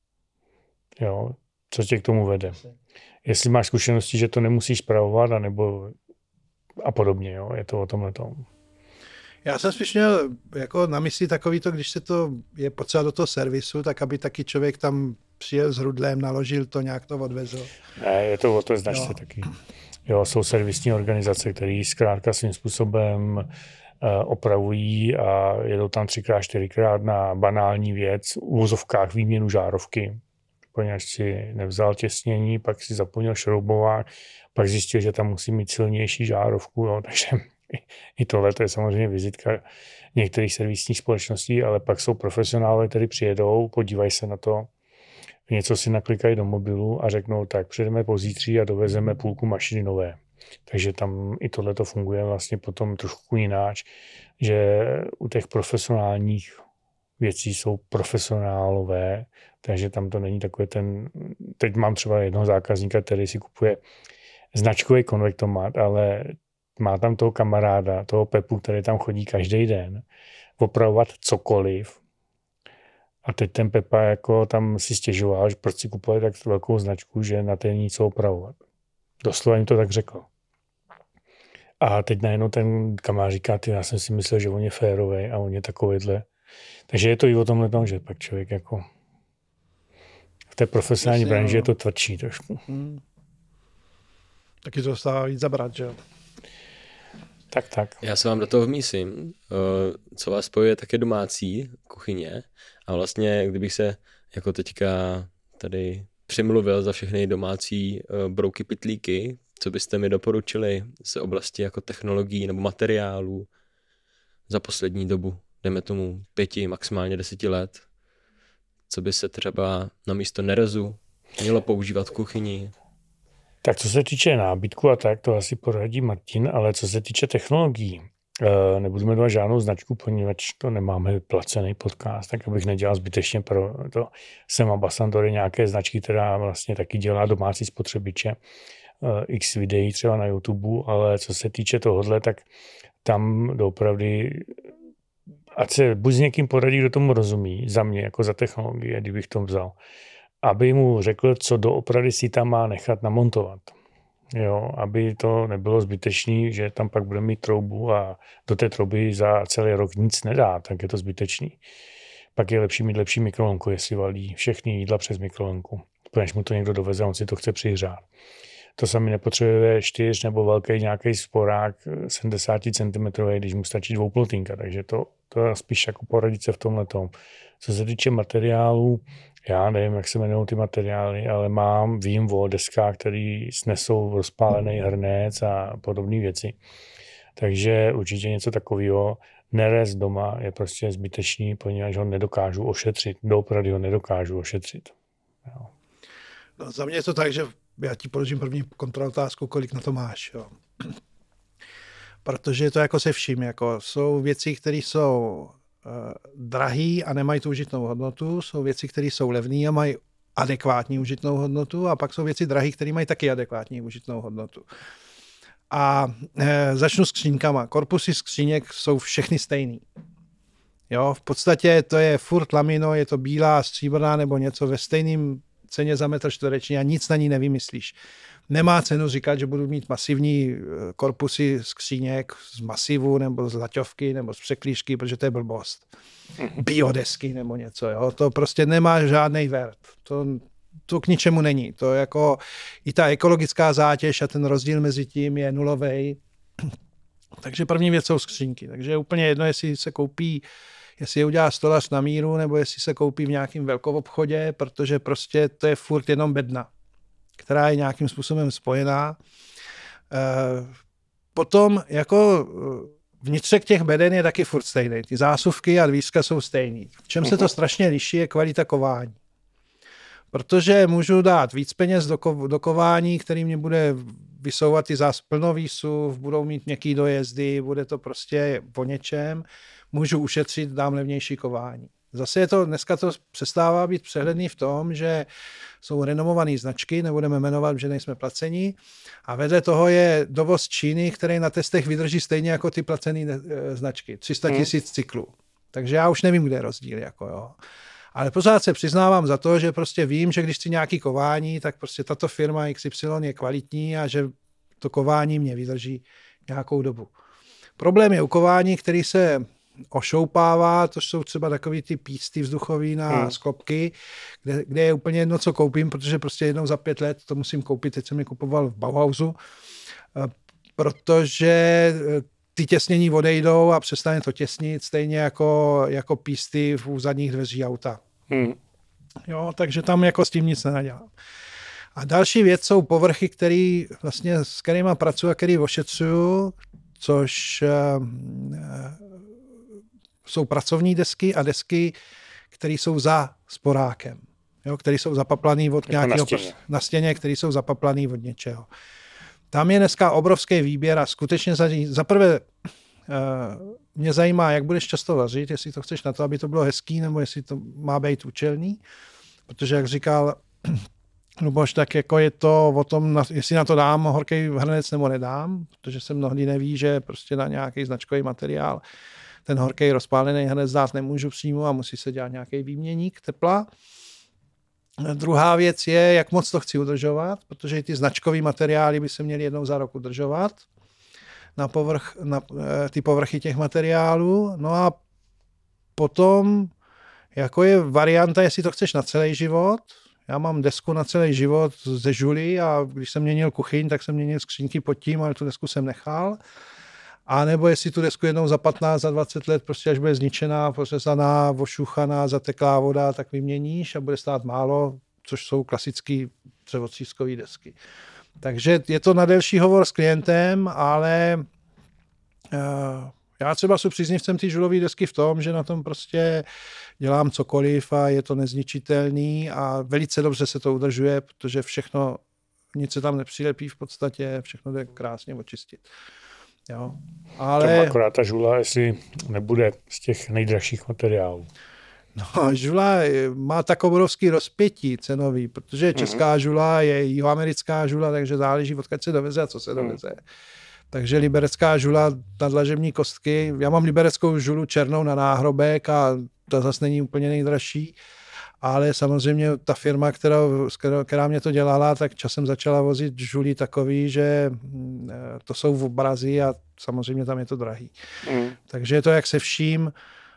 Jo, co tě k tomu vede? Jestli máš zkušenosti, že to nemusíš spravovat, anebo a podobně, jo, je to o tomhle tom. Já jsem spíš měl jako na mysli takový to, když se to je potřeba do toho servisu, tak aby taky člověk tam přijel s rudlem, naložil to, nějak to odvezl. Ne, je to o to značce taky. Jo, jsou servisní organizace, které zkrátka svým způsobem uh, opravují a jedou tam třikrát, čtyřikrát na banální věc, v uvozovkách výměnu žárovky. Poněvadž si nevzal těsnění, pak si zapomněl šroubovák, pak zjistil, že tam musí mít silnější žárovku, jo, takže i tohle to je samozřejmě vizitka některých servisních společností, ale pak jsou profesionálové, kteří přijedou, podívají se na to, něco si naklikají do mobilu a řeknou, tak přijdeme pozítří a dovezeme půlku mašiny nové. Takže tam i tohle to funguje vlastně potom trošku jináč, že u těch profesionálních věcí jsou profesionálové, takže tam to není takové ten... Teď mám třeba jednoho zákazníka, který si kupuje značkový konvektomat, ale má tam toho kamaráda, toho Pepu, který tam chodí každý den, opravovat cokoliv. A teď ten Pepa jako tam si stěžoval, že proč si kupuje tak velkou značku, že na té nic opravovat. Doslova jim to tak řekl. A teď najednou ten kamarád říká, ty, já jsem si myslel, že on je férovej a on je takovýhle. Takže je to i o tomhle tom, že pak člověk jako v té profesionální Jasně, branži no. je to tvrdší trošku. Hmm. Taky to dostává víc zabrat, že jo? Tak, tak. Já se vám do toho vmísím. Co vás spojuje, tak je domácí kuchyně. A vlastně, kdybych se jako teďka tady přimluvil za všechny domácí brouky, pytlíky, co byste mi doporučili z oblasti jako technologií nebo materiálů za poslední dobu, jdeme tomu pěti, maximálně deseti let, co by se třeba na místo nerezu mělo používat v kuchyni? Tak co se týče nábytku a tak, to asi poradí Martin, ale co se týče technologií, Nebudu jmenovat žádnou značku, poněvadž to nemáme placený podcast, tak abych nedělal zbytečně pro to. Jsem ambasadory nějaké značky, která vlastně taky dělá domácí spotřebiče, x videí třeba na YouTube, ale co se týče tohohle, tak tam doopravdy, ať se buď s někým poradí, kdo tomu rozumí, za mě, jako za technologie, kdybych to vzal, aby mu řekl, co doopravdy si tam má nechat namontovat. Jo, aby to nebylo zbytečný, že tam pak bude mít troubu a do té trouby za celý rok nic nedá, tak je to zbytečný. Pak je lepší mít lepší mikrovlnku, jestli valí všechny jídla přes mikrovlnku, protože mu to někdo doveze, on si to chce přihřát. To sami nepotřebuje čtyř nebo velký nějaký sporák sedmdesát centimetrů, když mu stačí dvouplotinka, takže to, to je spíš jako poradit se v tomhletom. Co se týče materiálů, já nevím, jak se jmenují ty materiály, ale mám, vím o deskách, které snesou rozpálený hrnec a podobné věci. Takže určitě něco takového. Nerez doma je prostě zbytečný, poněvadž ho nedokážu ošetřit. Doopravdy ho nedokážu ošetřit. Jo. No, za mě je to tak, že já ti položím první kontrolotázku, kolik na to máš. Jo. Protože je to jako se vším. Jako jsou věci, které jsou drahý a nemají tu užitnou hodnotu, jsou věci, které jsou levné a mají adekvátní užitnou hodnotu a pak jsou věci drahé, které mají taky adekvátní užitnou hodnotu. A e, začnu s skříňkama. Korpusy skříněk jsou všechny stejný. Jo, v podstatě to je furt lamino, je to bílá, stříbrná nebo něco ve stejném ceně za metr čtvereční a nic na ní nevymyslíš. Nemá cenu říkat, že budu mít masivní korpusy skříněk z masivu nebo z laťovky nebo z překlíšky, protože to je blbost. Biodesky nebo něco. Jo? To prostě nemá žádnej vert. To, to k ničemu není. To jako i ta ekologická zátěž a ten rozdíl mezi tím je nulovej. Takže první věc jsou skřínky. Takže je úplně jedno, jestli se koupí, jestli je udělá stolař na míru nebo jestli se koupí v nějakém velkoobchodě, protože prostě to je furt jenom bedna, která je nějakým způsobem spojená. Potom jako vnitřek těch beden je taky furt stejný. Ty zásuvky a dvířka jsou stejný. V čem se to strašně liší, je kvalita kování. Protože můžu dát víc peněz do, ko- do kování, který mě bude vysouvat ty zás plno výsuv, budou mít měkký dojezdy, bude to prostě o něčem. Můžu ušetřit, dám levnější kování. Zase je to, dneska to přestává být přehledný v tom, že jsou renomované značky, nebudeme jmenovat, že nejsme placení, a vedle toho je dovoz Číny, který na testech vydrží stejně jako ty placené značky. tři sta tisíc cyklů. Takže já už nevím, kde je rozdíl. Jako jo. Ale pořád se přiznávám za to, že prostě vím, že když chci nějaký kování, tak prostě tato firma X Y je kvalitní a že to kování mě vydrží nějakou dobu. Problém je u kování, který se ošoupává, to jsou třeba takový ty písty vzduchový na hmm. sklopky, kde, kde je úplně jedno, co koupím, protože prostě jednou za pět let to musím koupit, teď jsem je kupoval v Bauhausu, protože ty těsnění odejdou a přestane to těsnit, stejně jako, jako písty u zadních dveří auta. Hmm. Jo, takže tam jako s tím nic nenadělám. A další věc jsou povrchy, který vlastně, s kterýma pracuji a který ošetřuju, což jsou pracovní desky a desky, které jsou za sporákem, jo, které jsou zapaplané od nějakého na stěně, na stěně které jsou zapaplané od něčeho. Tam je dneska obrovský výběr a skutečně za, za prvé uh, mě zajímá, jak budeš často vařit, jestli to chceš na to, aby to bylo hezký, nebo jestli to má být účelný, protože jak říkal Luboš, tak jako je to o tom, jestli na to dám horký hrnec nebo nedám, protože se mnohdy neví, že prostě na nějaký značkový materiál ten horký rozpálený hrnec dát nemůžu přímo a musí se dělat nějaký výměník tepla. Druhá věc je, jak moc to chci udržovat, protože ty značkový materiály by se měly jednou za rok udržovat na, povrch, na ty povrchy těch materiálů. No a potom jako je varianta, jestli to chceš na celý život. Já mám desku na celý život ze žuly a když jsem měnil kuchyň, tak jsem měnil skřínky pod tím, ale tu desku jsem nechal. A nebo jestli tu desku jednou za patnáct, za dvacet let, prostě až bude zničená, pořezaná, ošuchaná, zateklá voda, tak vyměníš a bude stát málo, což jsou klasické dřevotřískové desky. Takže je to na delší hovor s klientem, ale uh, já třeba jsem příznivcem ty žulové desky v tom, že na tom prostě dělám cokoliv a je to nezničitelný a velice dobře se to udržuje, protože všechno, nic se tam nepřilepí v podstatě, všechno jde krásně očistit. Jo. Ale... Tam akorát ta žula, jestli nebude z těch nejdražších materiálů. No, žula má tak obrovský rozpětí cenový, protože česká mm-hmm. žula je jihoamerická žula, takže záleží, odkud se doveze a co se doveze. Mm. Takže liberecká žula na dlažební kostky, já mám libereckou žulu černou na náhrobek a ta zase není úplně nejdražší, ale samozřejmě ta firma, která, která mě to dělala, tak časem začala vozit žulí takový, že to jsou v obrazy a samozřejmě tam je to drahý. Mm. Takže je to jak se vším,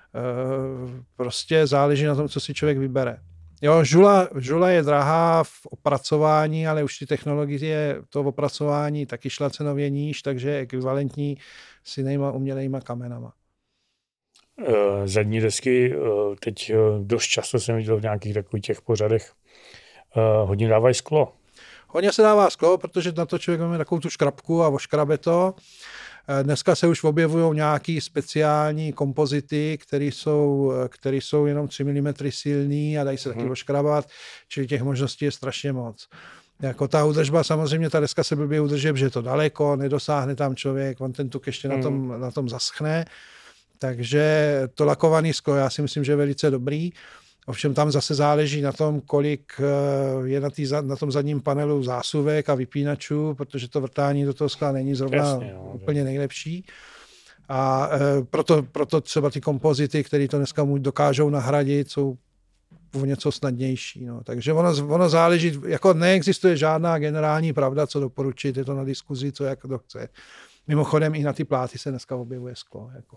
prostě záleží na tom, co si člověk vybere. Jo, žula, žula je drahá v opracování, ale už ty technologie toho opracování taky šla cenově níž, takže je ekvivalentní s jinýma umělejma kamenama. Zadní desky teď dost často jsem viděl v nějakých takových těch pořadech hodně dávají sklo. Hodně se dává sklo, protože na to člověk má takovou tu škrabku a oškrabe to. Dneska se už objevují nějaké speciální kompozity, které jsou, které jsou jenom tři milimetry silný a dají se taky oškrabat, čili těch možností je strašně moc. Jako ta údržba, samozřejmě ta deska se blbě udrží, že je to daleko, nedosáhne tam člověk, on ten tuk ještě hmm. na, tom, na tom zaschne. Takže to lakovaný sklo, já si myslím, že je velice dobrý. Ovšem tam zase záleží na tom, kolik je na, tý, na tom zadním panelu zásuvek a vypínačů, protože to vrtání do toho skla není zrovna Jasně, no, úplně nejlepší. A e, proto, proto třeba ty kompozity, které to dneska dokážou nahradit, jsou o něco snadnější. No. Takže ono, ono záleží, jako neexistuje žádná generální pravda, co doporučit, je to na diskuzi, co jak kdo chce. Mimochodem i na ty pláty se dneska objevuje sklo. Jako.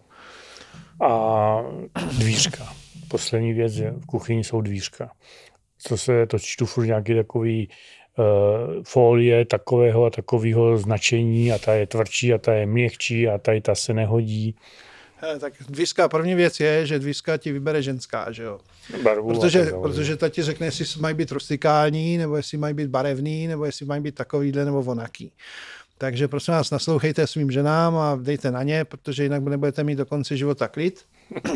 A dvířka. Poslední věc, že v kuchyni jsou dvířka. Co se to čtu furt nějaký takový uh, folie takového a takového značení a ta je tvrdší a ta je měkčí a tady ta se nehodí. Hele, tak dvířka, první věc je, že dvířka ti vybere ženská, že jo? Barvu protože, protože ta ti řekne, jestli mají být rustikální, nebo jestli mají být barevný, nebo jestli mají být takovýhle nebo onaký. Takže prosím vás, naslouchejte svým ženám a dejte na ně, protože jinak nebudete mít do konce života klid.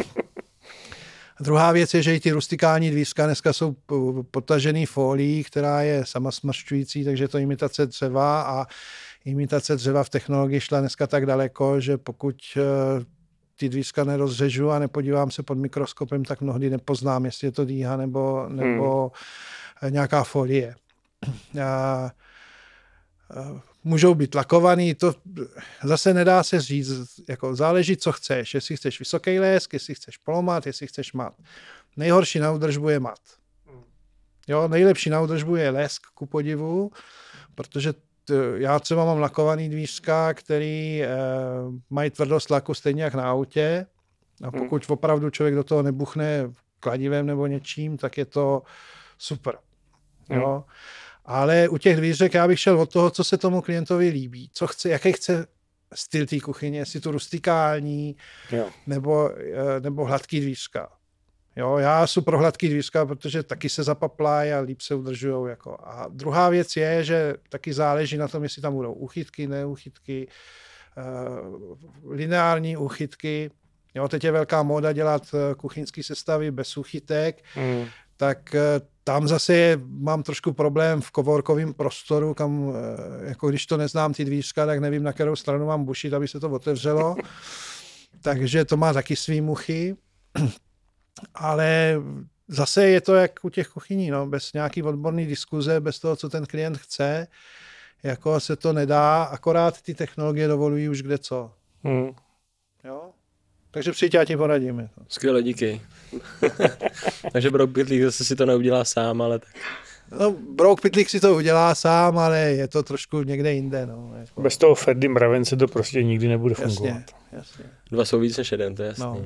Druhá věc je, že i ty rustikální dvířka dneska jsou potažený fólií, která je sama smršťující, takže je to imitace dřeva a imitace dřeva v technologii šla dneska tak daleko, že pokud ty dvířka nerozřežu a nepodívám se pod mikroskopem, tak mnohdy nepoznám, jestli je to dýha nebo, nebo hmm. nějaká folie. A, můžou být lakovaný, to zase nedá se říct, jako záleží, co chceš, jestli chceš vysoký lesk, jestli chceš polomat, jestli chceš mat. Nejhorší na údržbu je mat. Jo, nejlepší na údržbu je lesk, ku podivu, protože t, já třeba mám lakovaný dvířka, který e, mají tvrdost laku stejně jak na autě a pokud hmm. opravdu člověk do toho nebuchne kladivem nebo něčím, tak je to super. Jo. Hmm. Ale u těch dvířek já bych šel od toho, co se tomu klientovi líbí, co chce, jaký chce styl té kuchyně, jestli tu rustikální nebo, nebo hladký dvířka. Jo, já jsem pro hladký dvířka, protože taky se zapaplají a líp se udržujou. Jako. A druhá věc je, že taky záleží na tom, jestli tam budou úchytky, neúchytky, uh, lineární úchytky. Jo, teď je velká móda dělat kuchyňské sestavy bez úchytek, mm. tak tam zase mám trošku problém v coworkovém prostoru, kam, jako když to neznám ty dvířka, tak nevím, na kterou stranu mám bušit, aby se to otevřelo. Takže to má taky svý muchy. Ale zase je to jak u těch kuchyní, no, bez nějaký odborný diskuze, bez toho, co ten klient chce, jako se to nedá, akorát ty technologie dovolují už kde co. Hmm. Jo? Takže přijď, já ti poradím. Jako. Skvěle, díky. Takže Brouk Pytlík zase si to neudělá sám, ale tak. No, Brouk Pytlík si to udělá sám, ale je to trošku někde jinde. No, jako. Bez toho Ferdy Mravence to prostě nikdy nebude jasně, fungovat. Jasně. Dva jsou víc než jeden, to je jasný. No.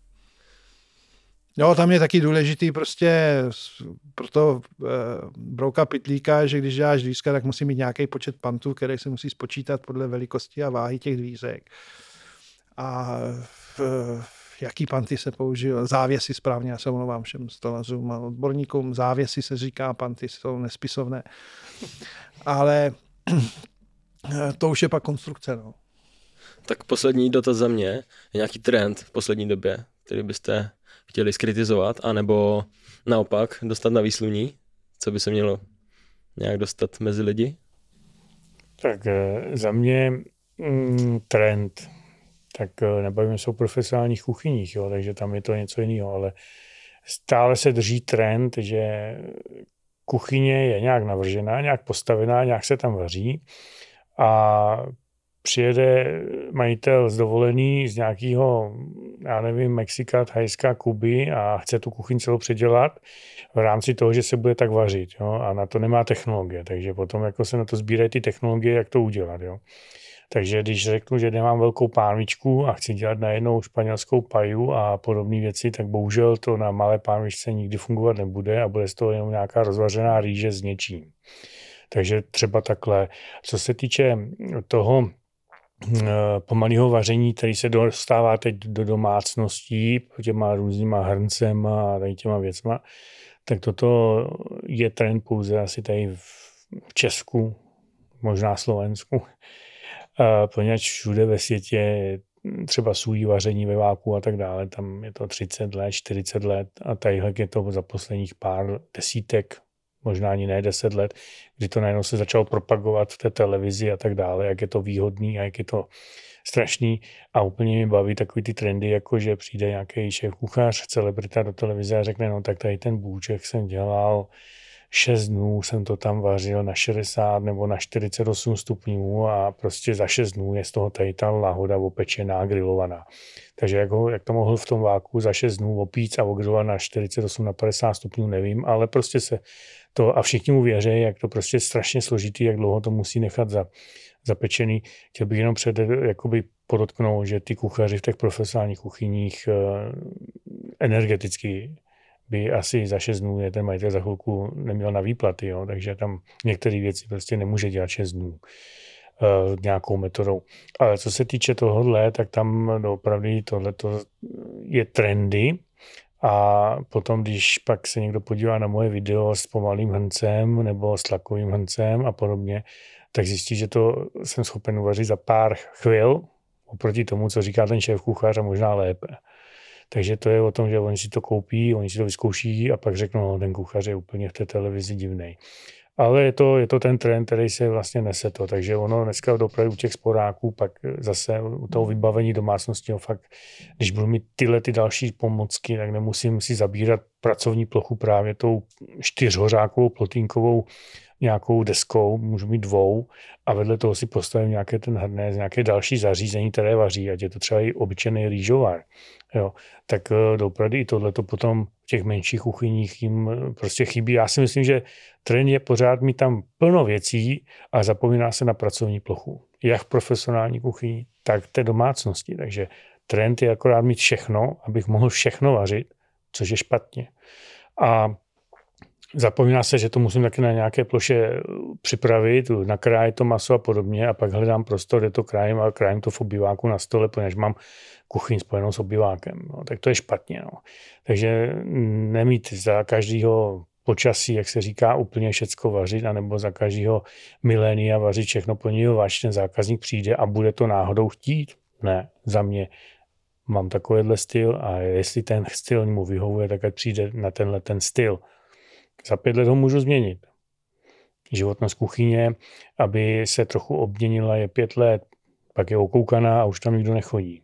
Jo, tam je taky důležitý prostě pro toho e, Brouka Pytlíka, že když děláš dvířka, tak musí mít nějaký počet pantů, který se musí spočítat podle velikosti a váhy těch dvířek. A v, jaký panty se použil, závěsy správně, já se omlouvám všem stolařům a odborníkům, závěsy se říká, panty jsou nespisovné. Ale to už je pak konstrukce. No. Tak poslední dotaz za mě, je nějaký trend v poslední době, který byste chtěli skritizovat, anebo naopak dostat na výsluní, co by se mělo nějak dostat mezi lidi? Tak za mě mm, trend, tak nebavíme se o profesionálních kuchyních, jo, takže tam je to něco jiného, ale stále se drží trend, že kuchyně je nějak navržená, nějak postavená, nějak se tam vaří a přijede majitel z dovolený z nějakého, já nevím, Mexika, Thajska, Kuby a chce tu kuchyň celou předělat v rámci toho, že se bude tak vařit. Jo? A na to nemá technologie, takže potom jako se na to sbírají ty technologie, jak to udělat. Jo? Takže když řeknu, že nemám velkou pánvičku a chci dělat najednou španělskou paju a podobné věci, tak bohužel to na malé pánvičce nikdy fungovat nebude a bude z toho jenom nějaká rozvařená rýže s něčím. Takže třeba takhle. Co se týče toho pomalého vaření, který se dostává teď do domácností těma různýma hrncema a tady těma věcma, tak toto je trend pouze asi tady v Česku, možná Slovensku. Poněvadž všude ve světě třeba sůjí vaření ve váku a tak dále, tam je to třicet let, čtyřicet let a tadyhle je to za posledních pár desítek, možná ani ne deset let, kdy to najednou se začalo propagovat v té televizi a tak dále, jak je to výhodný a jak je to strašný a úplně mi baví takový ty trendy, jako že přijde nějaký šéf kuchař, celebrita do televize a řekne, no tak tady ten bůček jsem dělal šest dnů, jsem to tam vařil na šedesát nebo na čtyřicet osm stupňů a prostě za šest dnů je z toho tady ta lahoda opečená, grilovaná. Takže jak, ho, jak to mohl v tom váku za šest dnů opít a ogrilovat na čtyřicet osm na padesát stupňů, nevím, ale prostě se to a všichni mu věří, jak to prostě je strašně složitý, jak dlouho to musí nechat za, zapečený. Chtěl bych jenom před, jakoby podotknout, že ty kuchaři v těch profesionálních kuchyních energeticky by asi za šest dnů je ten majitel za chvilku neměl na výplaty, jo? Takže tam některé věci prostě nemůže dělat šest dnů uh, nějakou metodou. Ale co se týče tohohle, tak tam opravdu tohleto je trendy a potom, když pak se někdo podívá na moje video s pomalým hrncem nebo s tlakovým hrncem a podobně, tak zjistí, že to jsem schopen uvařit za pár chvil oproti tomu, co říká ten šéf kuchař a možná lépe. Takže to je o tom, že oni si to koupí, oni si to vyzkouší a pak řeknou, no, ten kuchař je úplně v té televizi divnej. Ale je to, je to ten trend, který se vlastně nese to. Takže ono dneska opravdu u těch sporáků, pak zase u toho vybavení domácnosti, fakt, když budu mít tyhle ty další pomocky, tak nemusím si zabírat pracovní plochu právě tou čtyřhořákovou plotínkovou nějakou deskou, můžu mít dvou a vedle toho si postavím nějaké ten hrnec, nějaké další zařízení, které vaří, ať je to třeba i obyčejný rýžovar. Jo, tak opravdu i tohleto potom v těch menších kuchyních jim prostě chybí. Já si myslím, že trend je pořád mít tam plno věcí a zapomíná se na pracovní plochu. Jak v profesionální kuchyni, tak v té domácnosti. Takže trend je akorát mít všechno, abych mohl všechno vařit, což je špatně. A zapomíná se, že to musím taky na nějaké ploše připravit, nakrájet to maso a podobně a pak hledám prostor, kde to krájím a krájím to v obyváku na stole, protože mám kuchyň spojenou s obyvákem. No, tak to je špatně. No. Takže nemít za každého počasí, jak se říká, úplně všecko vařit, anebo za každého milénia vařit všechno, poněvadž ten zákazník přijde a bude to náhodou chtít. Ne, za mě mám takovýhle styl a jestli ten styl mu vyhovuje, tak ať přijde na tenhle ten styl. Za pět let ho můžu změnit. Životnost kuchyně, aby se trochu obměnila, je pět let, pak je okoukaná a už tam nikdo nechodí.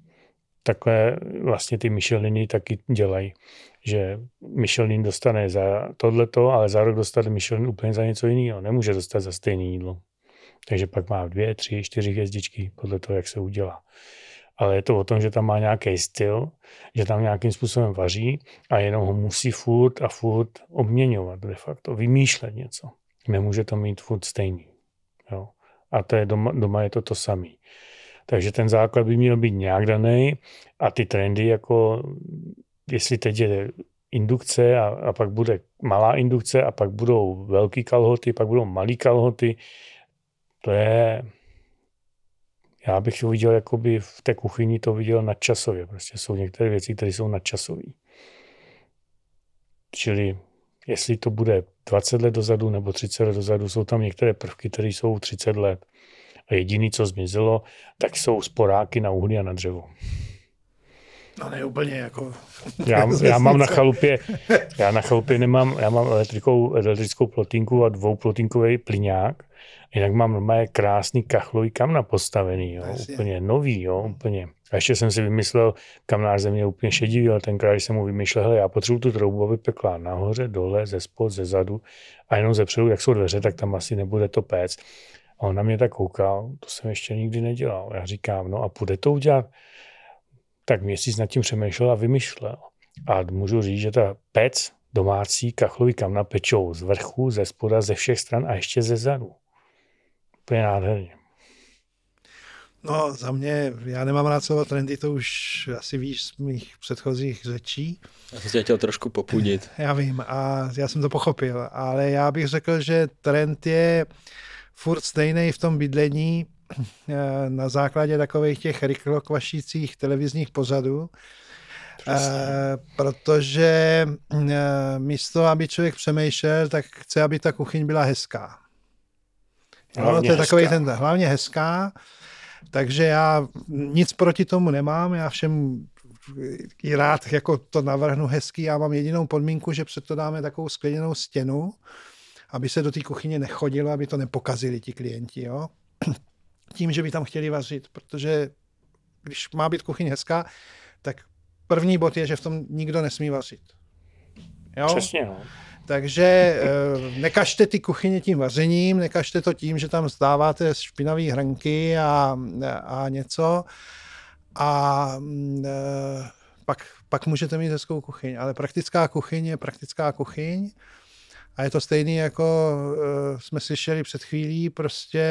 Takhle vlastně ty Micheliny taky dělají, že Michelin dostane za tohleto, ale za rok dostane Michelin úplně za něco jiného. Nemůže dostat za stejné jídlo. Takže pak má dvě, tři, čtyři hvězdičky podle toho, jak se udělá. Ale je to o tom, že tam má nějaký styl, že tam nějakým způsobem vaří a jenom ho musí furt a furt obměňovat de facto, vymýšlet něco. Nemůže to mít furt stejný. Jo. A to je doma, doma je to to samý. Takže ten základ by měl být nějak daný a ty trendy, jako jestli teď je indukce a, a pak bude malá indukce a pak budou velký kalhoty, pak budou malý kalhoty, to je... Já bych to viděl, jakoby v té kuchyni to viděl nadčasově. Prostě jsou některé věci, které jsou nadčasové. Čili jestli to bude dvacet let dozadu nebo třicet let dozadu, jsou tam některé prvky, které jsou třicet let. A jediné, co zmizelo, tak jsou sporáky na uhlí a na dřevo. No ne úplně jako... Já, já mám na chalupě, já na chalupě nemám, já mám elektrickou, elektrickou plotínku a dvouplotínkový plyňák, jinak mám normálně krásný kachlový kamna postavený, jo, úplně nový, jo, úplně. A ještě jsem si vymyslel, kamnář ze mě úplně šedivý, ale tenkrát jsem mu vymýšlel, hele, já potřebuji tu troubu, aby pekla nahoře, dole, ze spod, ze zadu a jenom ze předu, jak jsou dveře, tak tam asi nebude to péct. A on na mě tak koukal, to jsem ještě nikdy nedělal. Já říkám, no a půjde to udělat? Tak měsíc nad tím přemýšlel a vymýšlel. A můžu říct, že ta pec domácí kachlový kamna pečou z vrchu, ze spoda, ze všech stran a ještě ze zadu. Úplně nádherně. No za mě, já nemám rád slovo trendy, to už asi víš z mých předchozích řečí. Já jsem tě chtěl trošku popudit. Já vím a já jsem to pochopil, ale já bych řekl, že trend je furt stejný v tom bydlení na základě takových těch rychlokvašících televizních pořadů, e, protože e, místo, aby člověk přemýšlel, tak chce, aby ta kuchyň byla hezká. No, to je takový ten, hlavně hezká, takže já nic proti tomu nemám, já všem i rád jako to navrhnu hezký, já mám jedinou podmínku, že před to dáme takovou skleněnou stěnu, aby se do té kuchyně nechodilo, aby to nepokazili ti klienti, jo. Tím, že by tam chtěli vařit, protože když má být kuchyň hezká, tak první bod je, že v tom nikdo nesmí vařit. Jo? Přesně, no. Takže nekažte ty kuchyně tím vařením, nekažte to tím, že tam zdáváte špinavé hrnky a, a něco a pak, pak můžete mít hezkou kuchyň. Ale praktická kuchyň je praktická kuchyň a je to stejný, jako jsme slyšeli před chvílí, prostě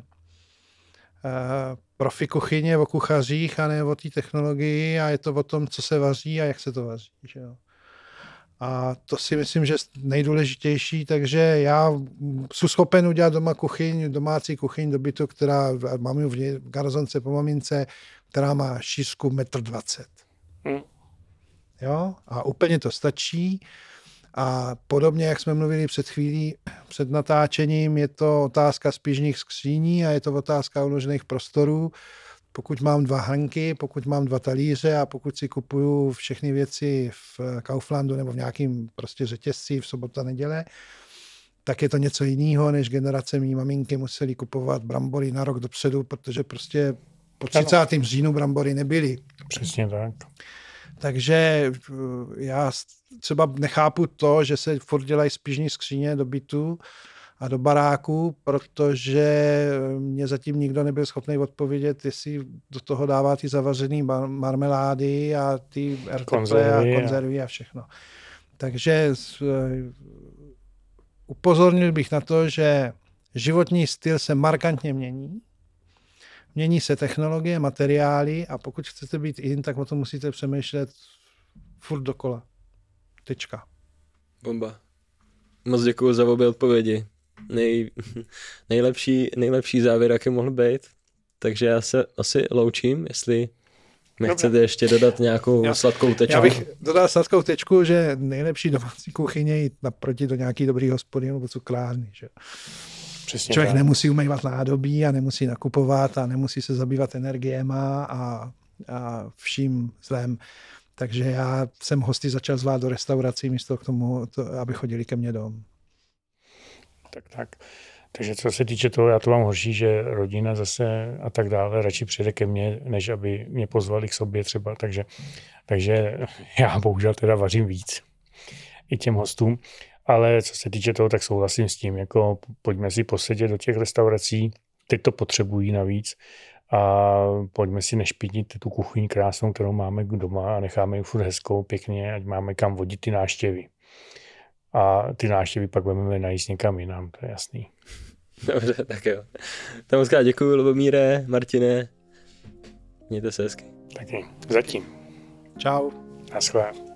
profi kuchyně o kuchařích a ne o té technologii a je to o tom, co se vaří a jak se to vaří. Že jo? A to si myslím, že je nejdůležitější, takže já jsem schopen udělat doma kuchyň, domácí kuchyň do bytu, která mám v garzonce po mamince, která má šířku metr dvacet. Hmm. Jo? A úplně to stačí. A podobně, jak jsme mluvili před chvílí, před natáčením, je to otázka spížných skříní a je to otázka uložených prostorů. Pokud mám dva hrnky, pokud mám dva talíře a pokud si kupuju všechny věci v Kauflandu nebo v nějakým prostě řetězci v sobotu a neděle, tak je to něco jiného, než generace mý maminky museli kupovat brambory na rok dopředu, protože prostě po třicátém říjnu brambory nebyly. Přesně tak. Takže já třeba nechápu to, že se furt dělají spížní skříně do bytu a do baráku, protože mě zatím nikdo nebyl schopný odpovědět, jestli do toho dává ty zavařený marmelády a ty erteple a konzervy a všechno. Takže upozornil bych na to, že životní styl se markantně mění. Mění se technologie, materiály a pokud chcete být in, tak o tom musíte přemýšlet furt dokola. Tečka. Bomba. Moc děkuju za obě odpovědi. Nej, nejlepší, nejlepší závěr, jaký mohl být. Takže já se asi loučím, jestli nechcete ještě dodat nějakou já, sladkou tečku. Já bych dodal sladkou tečku, že nejlepší domácí kuchyně je jít naproti do nějaký dobrý hospody nebo cukrárny. Že? Přesně Člověk tak. Nemusí umývat nádobí a nemusí nakupovat a nemusí se zabývat energiema a, a vším zlém. Takže já jsem hosty začal zvát do restaurací místo k tomu, to, aby chodili ke mně dom. Tak, tak. Takže co se týče toho, já to mám horší, že rodina zase a tak dále radši přijde ke mně, než aby mě pozvali k sobě třeba. Takže, takže já bohužel teda vařím víc i těm hostům. Ale co se týče toho, tak souhlasím s tím, jako pojďme si posedět do těch restaurací, teď to potřebují navíc a pojďme si nešpinit tu kuchyň krásnou, kterou máme doma a necháme ji furt hezkou, pěkně, ať máme kam vodit ty návštěvy. A ty návštěvy pak budeme najíst někam jinam, to je jasný. Dobře, tak jo. Tak moc krát děkuju, Lubomíre, Martine, mějte se hezky. Taky, zatím. Čau. Naschle.